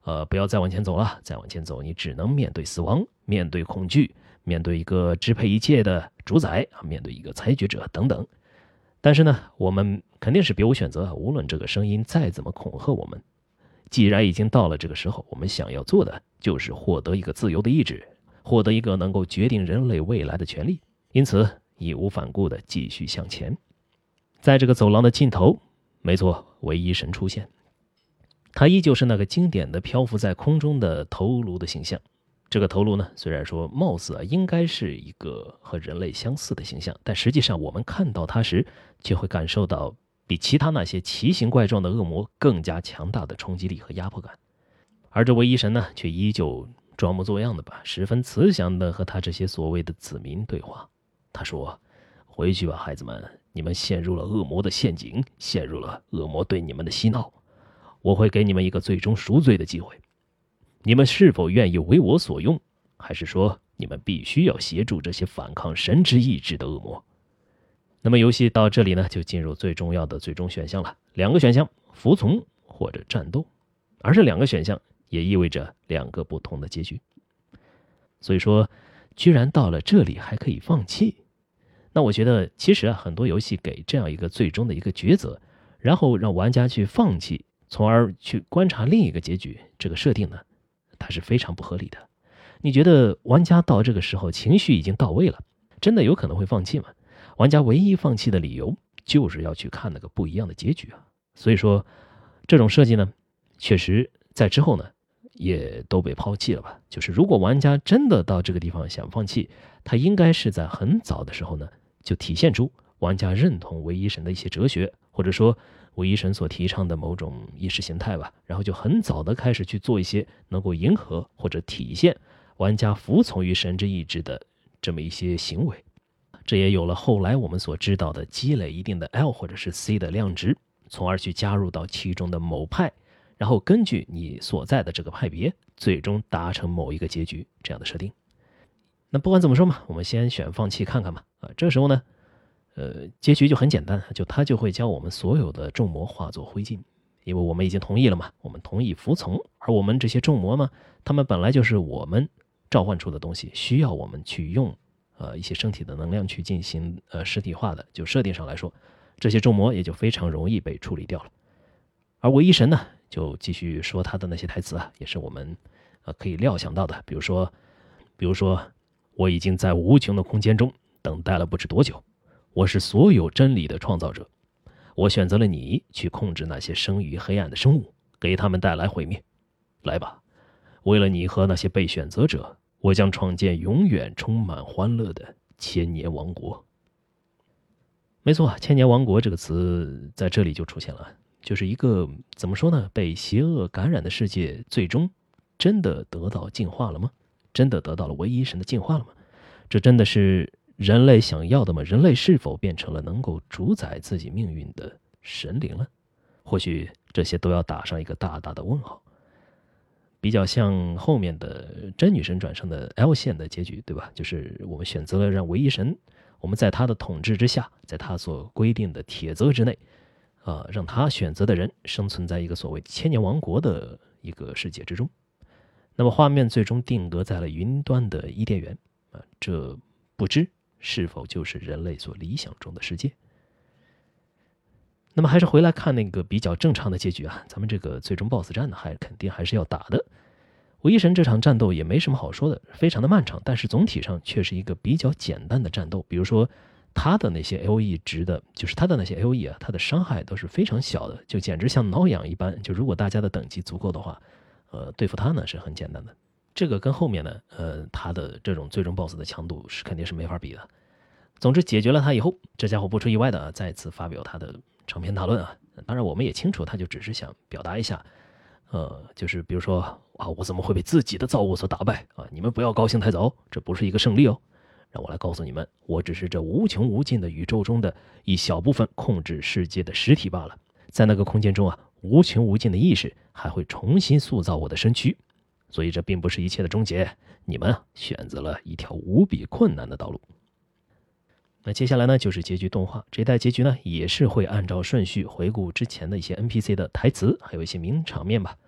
不要再往前走了，再往前走你只能面对死亡，面对恐惧，面对一个支配一切的主宰，面对一个裁决者等等。但是呢，我们肯定是别无选择，无论这个声音再怎么恐吓我们，既然已经到了这个时候，我们想要做的就是获得一个自由的意志，获得一个能够决定人类未来的权利，因此义无反顾地继续向前。在这个走廊的尽头，没错，唯一神出现，他依旧是那个经典的漂浮在空中的头颅的形象。这个头颅呢，虽然说貌似应该是一个和人类相似的形象，但实际上我们看到它时，却会感受到比其他那些奇形怪状的恶魔更加强大的冲击力和压迫感。而这唯一神呢，却依旧装模作样的吧，十分慈祥的和他这些所谓的子民对话。他说：“回去吧，孩子们，你们陷入了恶魔的陷阱，陷入了恶魔对你们的洗脑。我会给你们一个最终赎罪的机会。你们是否愿意为我所用，还是说你们必须要协助这些反抗神之意志的恶魔？”那么游戏到这里呢，就进入最重要的最终选项了。两个选项，服从或者战斗。而这两个选项也意味着两个不同的结局。所以说，居然到了这里还可以放弃。那我觉得其实很多游戏给这样一个最终的一个抉择，然后让玩家去放弃，从而去观察另一个结局，这个设定呢，它是非常不合理的。你觉得玩家到这个时候情绪已经到位了，真的有可能会放弃吗？玩家唯一放弃的理由就是要去看那个不一样的结局啊。所以说这种设计呢，确实在之后呢也都被抛弃了吧。就是如果玩家真的到这个地方想放弃，他应该是在很早的时候呢就体现出玩家认同唯一神的一些哲学，或者说唯一神所提倡的某种意识形态吧，然后就很早的开始去做一些能够迎合或者体现玩家服从于神之意志的这么一些行为。这也有了后来我们所知道的积累一定的 L 或者是 C 的量值，从而去加入到其中的某派，然后根据你所在的这个派别，最终达成某一个结局，这样的设定。那不管怎么说嘛，我们先选放弃看看吧。这时候呢，结局就很简单，他就会将我们所有的众魔化作灰烬，因为我们已经同意了嘛，我们同意服从。而我们这些众魔嘛，他们本来就是我们召唤出的东西，需要我们去用一些身体的能量去进行实体化的，就设定上来说，这些众魔也就非常容易被处理掉了。而唯一神呢，就继续说他的那些台词啊，也是我们可以料想到的，比如说我已经在无穷的空间中等待了不知多久，我是所有真理的创造者，我选择了你去控制那些生于黑暗的生物，给他们带来毁灭。来吧，为了你和那些被选择者，我将创建永远充满欢乐的千年王国。没错，千年王国这个词在这里就出现了，就是一个怎么说呢，被邪恶感染的世界最终真的得到进化了吗？真的得到了唯一神的进化了吗？这真的是人类想要的吗？人类是否变成了能够主宰自己命运的神灵了？或许这些都要打上一个大大的问号。比较像后面的真女神转生的 L 线的结局，对吧？就是我们选择了让唯一神，我们在他的统治之下，在他所规定的铁则之内，让他选择的人生存在一个所谓千年王国的一个世界之中。那么画面最终定格在了云端的伊甸园，这不知是否就是人类所理想中的世界。那么还是回来看那个比较正常的结局啊，咱们这个最终 BOSS 战呢，肯定还是要打的。唯一神这场战斗也没什么好说的，非常的漫长，但是总体上却是一个比较简单的战斗。比如说他的那些 LE 值的，就是他的那些 LE 啊，他的伤害都是非常小的，就简直像挠痒一般。就如果大家的等级足够的话，对付他呢是很简单的。这个跟后面呢，他的这种最终 BOSS 的强度是肯定是没法比的。总之解决了他以后，这家伙不出意外的再次发表他的长篇大论啊。当然我们也清楚，他就只是想表达一下，就是比如说啊，我怎么会被自己的造物所打败啊？你们不要高兴太早，这不是一个胜利哦。让我来告诉你们，我只是这无穷无尽的宇宙中的一小部分控制世界的实体罢了。在那个空间中啊，无穷无尽的意识还会重新塑造我的身躯，所以这并不是一切的终结。你们选择了一条无比困难的道路。那接下来呢，就是结局动画。这一代结局呢，也是会按照顺序回顾之前的一些 NPC 的台词，还有一些名场面吧。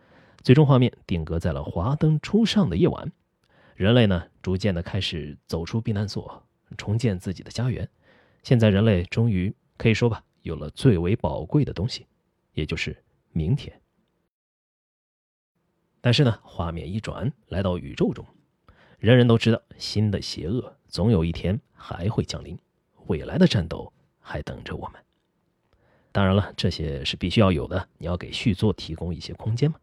最终画面定格在了华灯初上的夜晚，人类呢逐渐的开始走出避难所，重建自己的家园。现在人类终于可以说吧，有了最为宝贵的东西，也就是明天。但是呢，画面一转，来到宇宙中，人人都知道新的邪恶总有一天还会降临，未来的战斗还等着我们。当然了，这些是必须要有的，你要给续作提供一些空间嘛。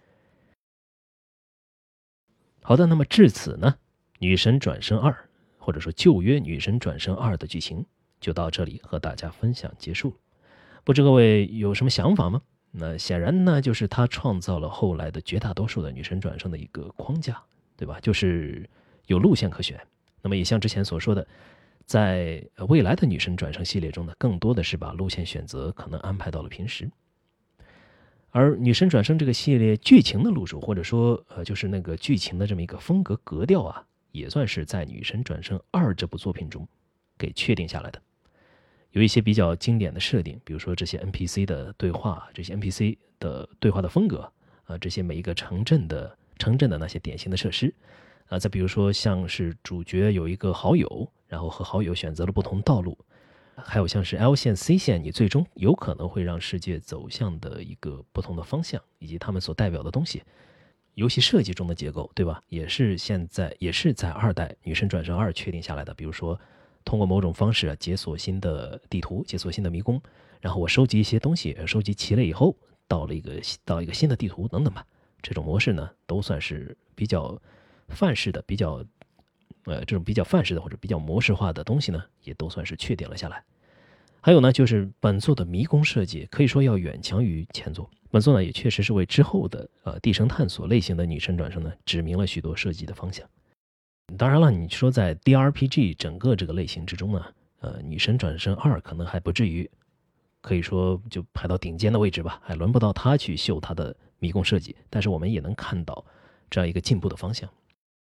好的，那么至此呢，女神转生2或者说旧约女神转生2的剧情就到这里和大家分享结束了。不知各位有什么想法吗？那显然呢，就是他创造了后来的绝大多数的女神转生的一个框架，对吧？就是有路线可选。那么也像之前所说的，在未来的女神转生系列中呢，更多的是把路线选择可能安排到了平时。而女神转生这个系列剧情的路数，或者说就是那个剧情的这么一个风格格调啊，也算是在女神转生2这部作品中给确定下来的。有一些比较经典的设定，比如说这些 NPC 的对话，这些 NPC 的对话的风格这些每一个城镇的那些典型的设施再比如说像是主角有一个好友，然后和好友选择了不同道路，还有像是 L 线 C 线，你最终有可能会让世界走向的一个不同的方向，以及他们所代表的东西。游戏设计中的结构，对吧？也是在2代女神转生2确定下来的。比如说通过某种方式解锁新的地图，解锁新的迷宫，然后我收集一些东西，收集齐了以后到一个新的地图等等吧。这种模式呢都算是比较范式的，这种比较范式的或者比较模式化的东西呢，也都算是确定了下来。还有呢，就是本作的迷宫设计可以说要远强于前作。本作呢也确实是为之后的地城探索类型的女神转生呢指明了许多设计的方向。当然了，你说在 DRPG 整个这个类型之中呢，女神转生2可能还不至于可以说就排到顶尖的位置吧，还轮不到她去秀她的迷宫设计，但是我们也能看到这样一个进步的方向。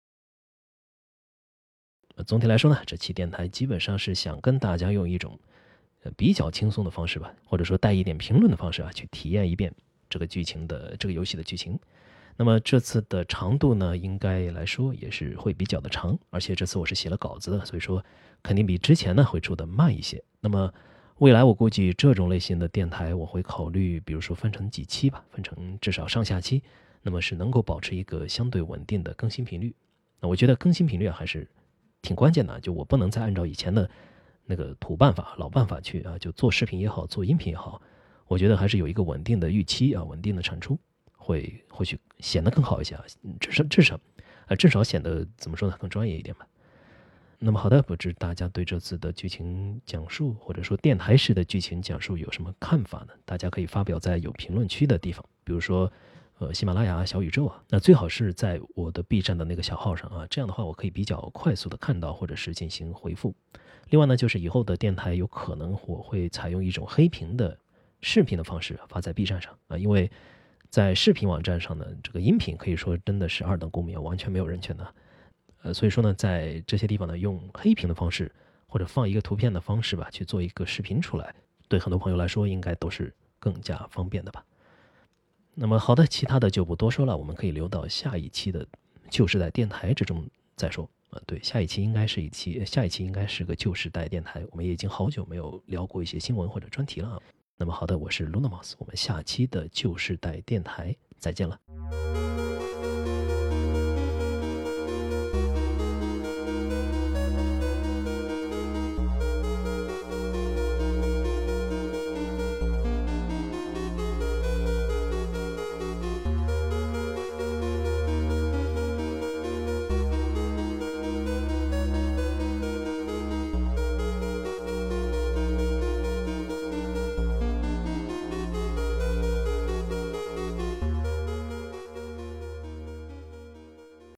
总体来说呢，这期电台基本上是想跟大家用一种比较轻松的方式吧，或者说带一点评论的方式去体验一遍这个游戏的剧情。那么这次的长度呢，应该来说也是会比较的长，而且这次我是写了稿子的，所以说肯定比之前呢会出的慢一些。那么未来我估计这种类型的电台我会考虑，比如说分成几期吧，分成至少上下期，那么是能够保持一个相对稳定的更新频率。那我觉得更新频率还是挺关键的，就我不能再按照以前的那个老办法去就做视频也好，做音频也好，我觉得还是有一个稳定的预期稳定的产出，或许显得更好一些至少显得怎么说呢，更专业一点吧。那么好的，不知大家对这次的剧情讲述或者说电台式的剧情讲述有什么看法呢？大家可以发表在有评论区的地方，比如说喜马拉雅小宇宙那最好是在我的 B 站的那个小号上这样的话我可以比较快速的看到或者是进行回复。另外呢，就是以后的电台有可能我会采用一种黑屏的视频的方式发在 B 站上因为在视频网站上呢，这个音频可以说真的是2等公民，完全没有人权的所以说呢，在这些地方呢，用黑屏的方式或者放一个图片的方式吧，去做一个视频出来，对很多朋友来说应该都是更加方便的吧。那么好的，其他的就不多说了，我们可以留到下一期的旧时代电台之中再说对，下一期应该是个旧时代电台，我们也已经好久没有聊过一些新闻或者专题了那么好的，我是 Lunamus， 我们下期的旧时代电台再见了。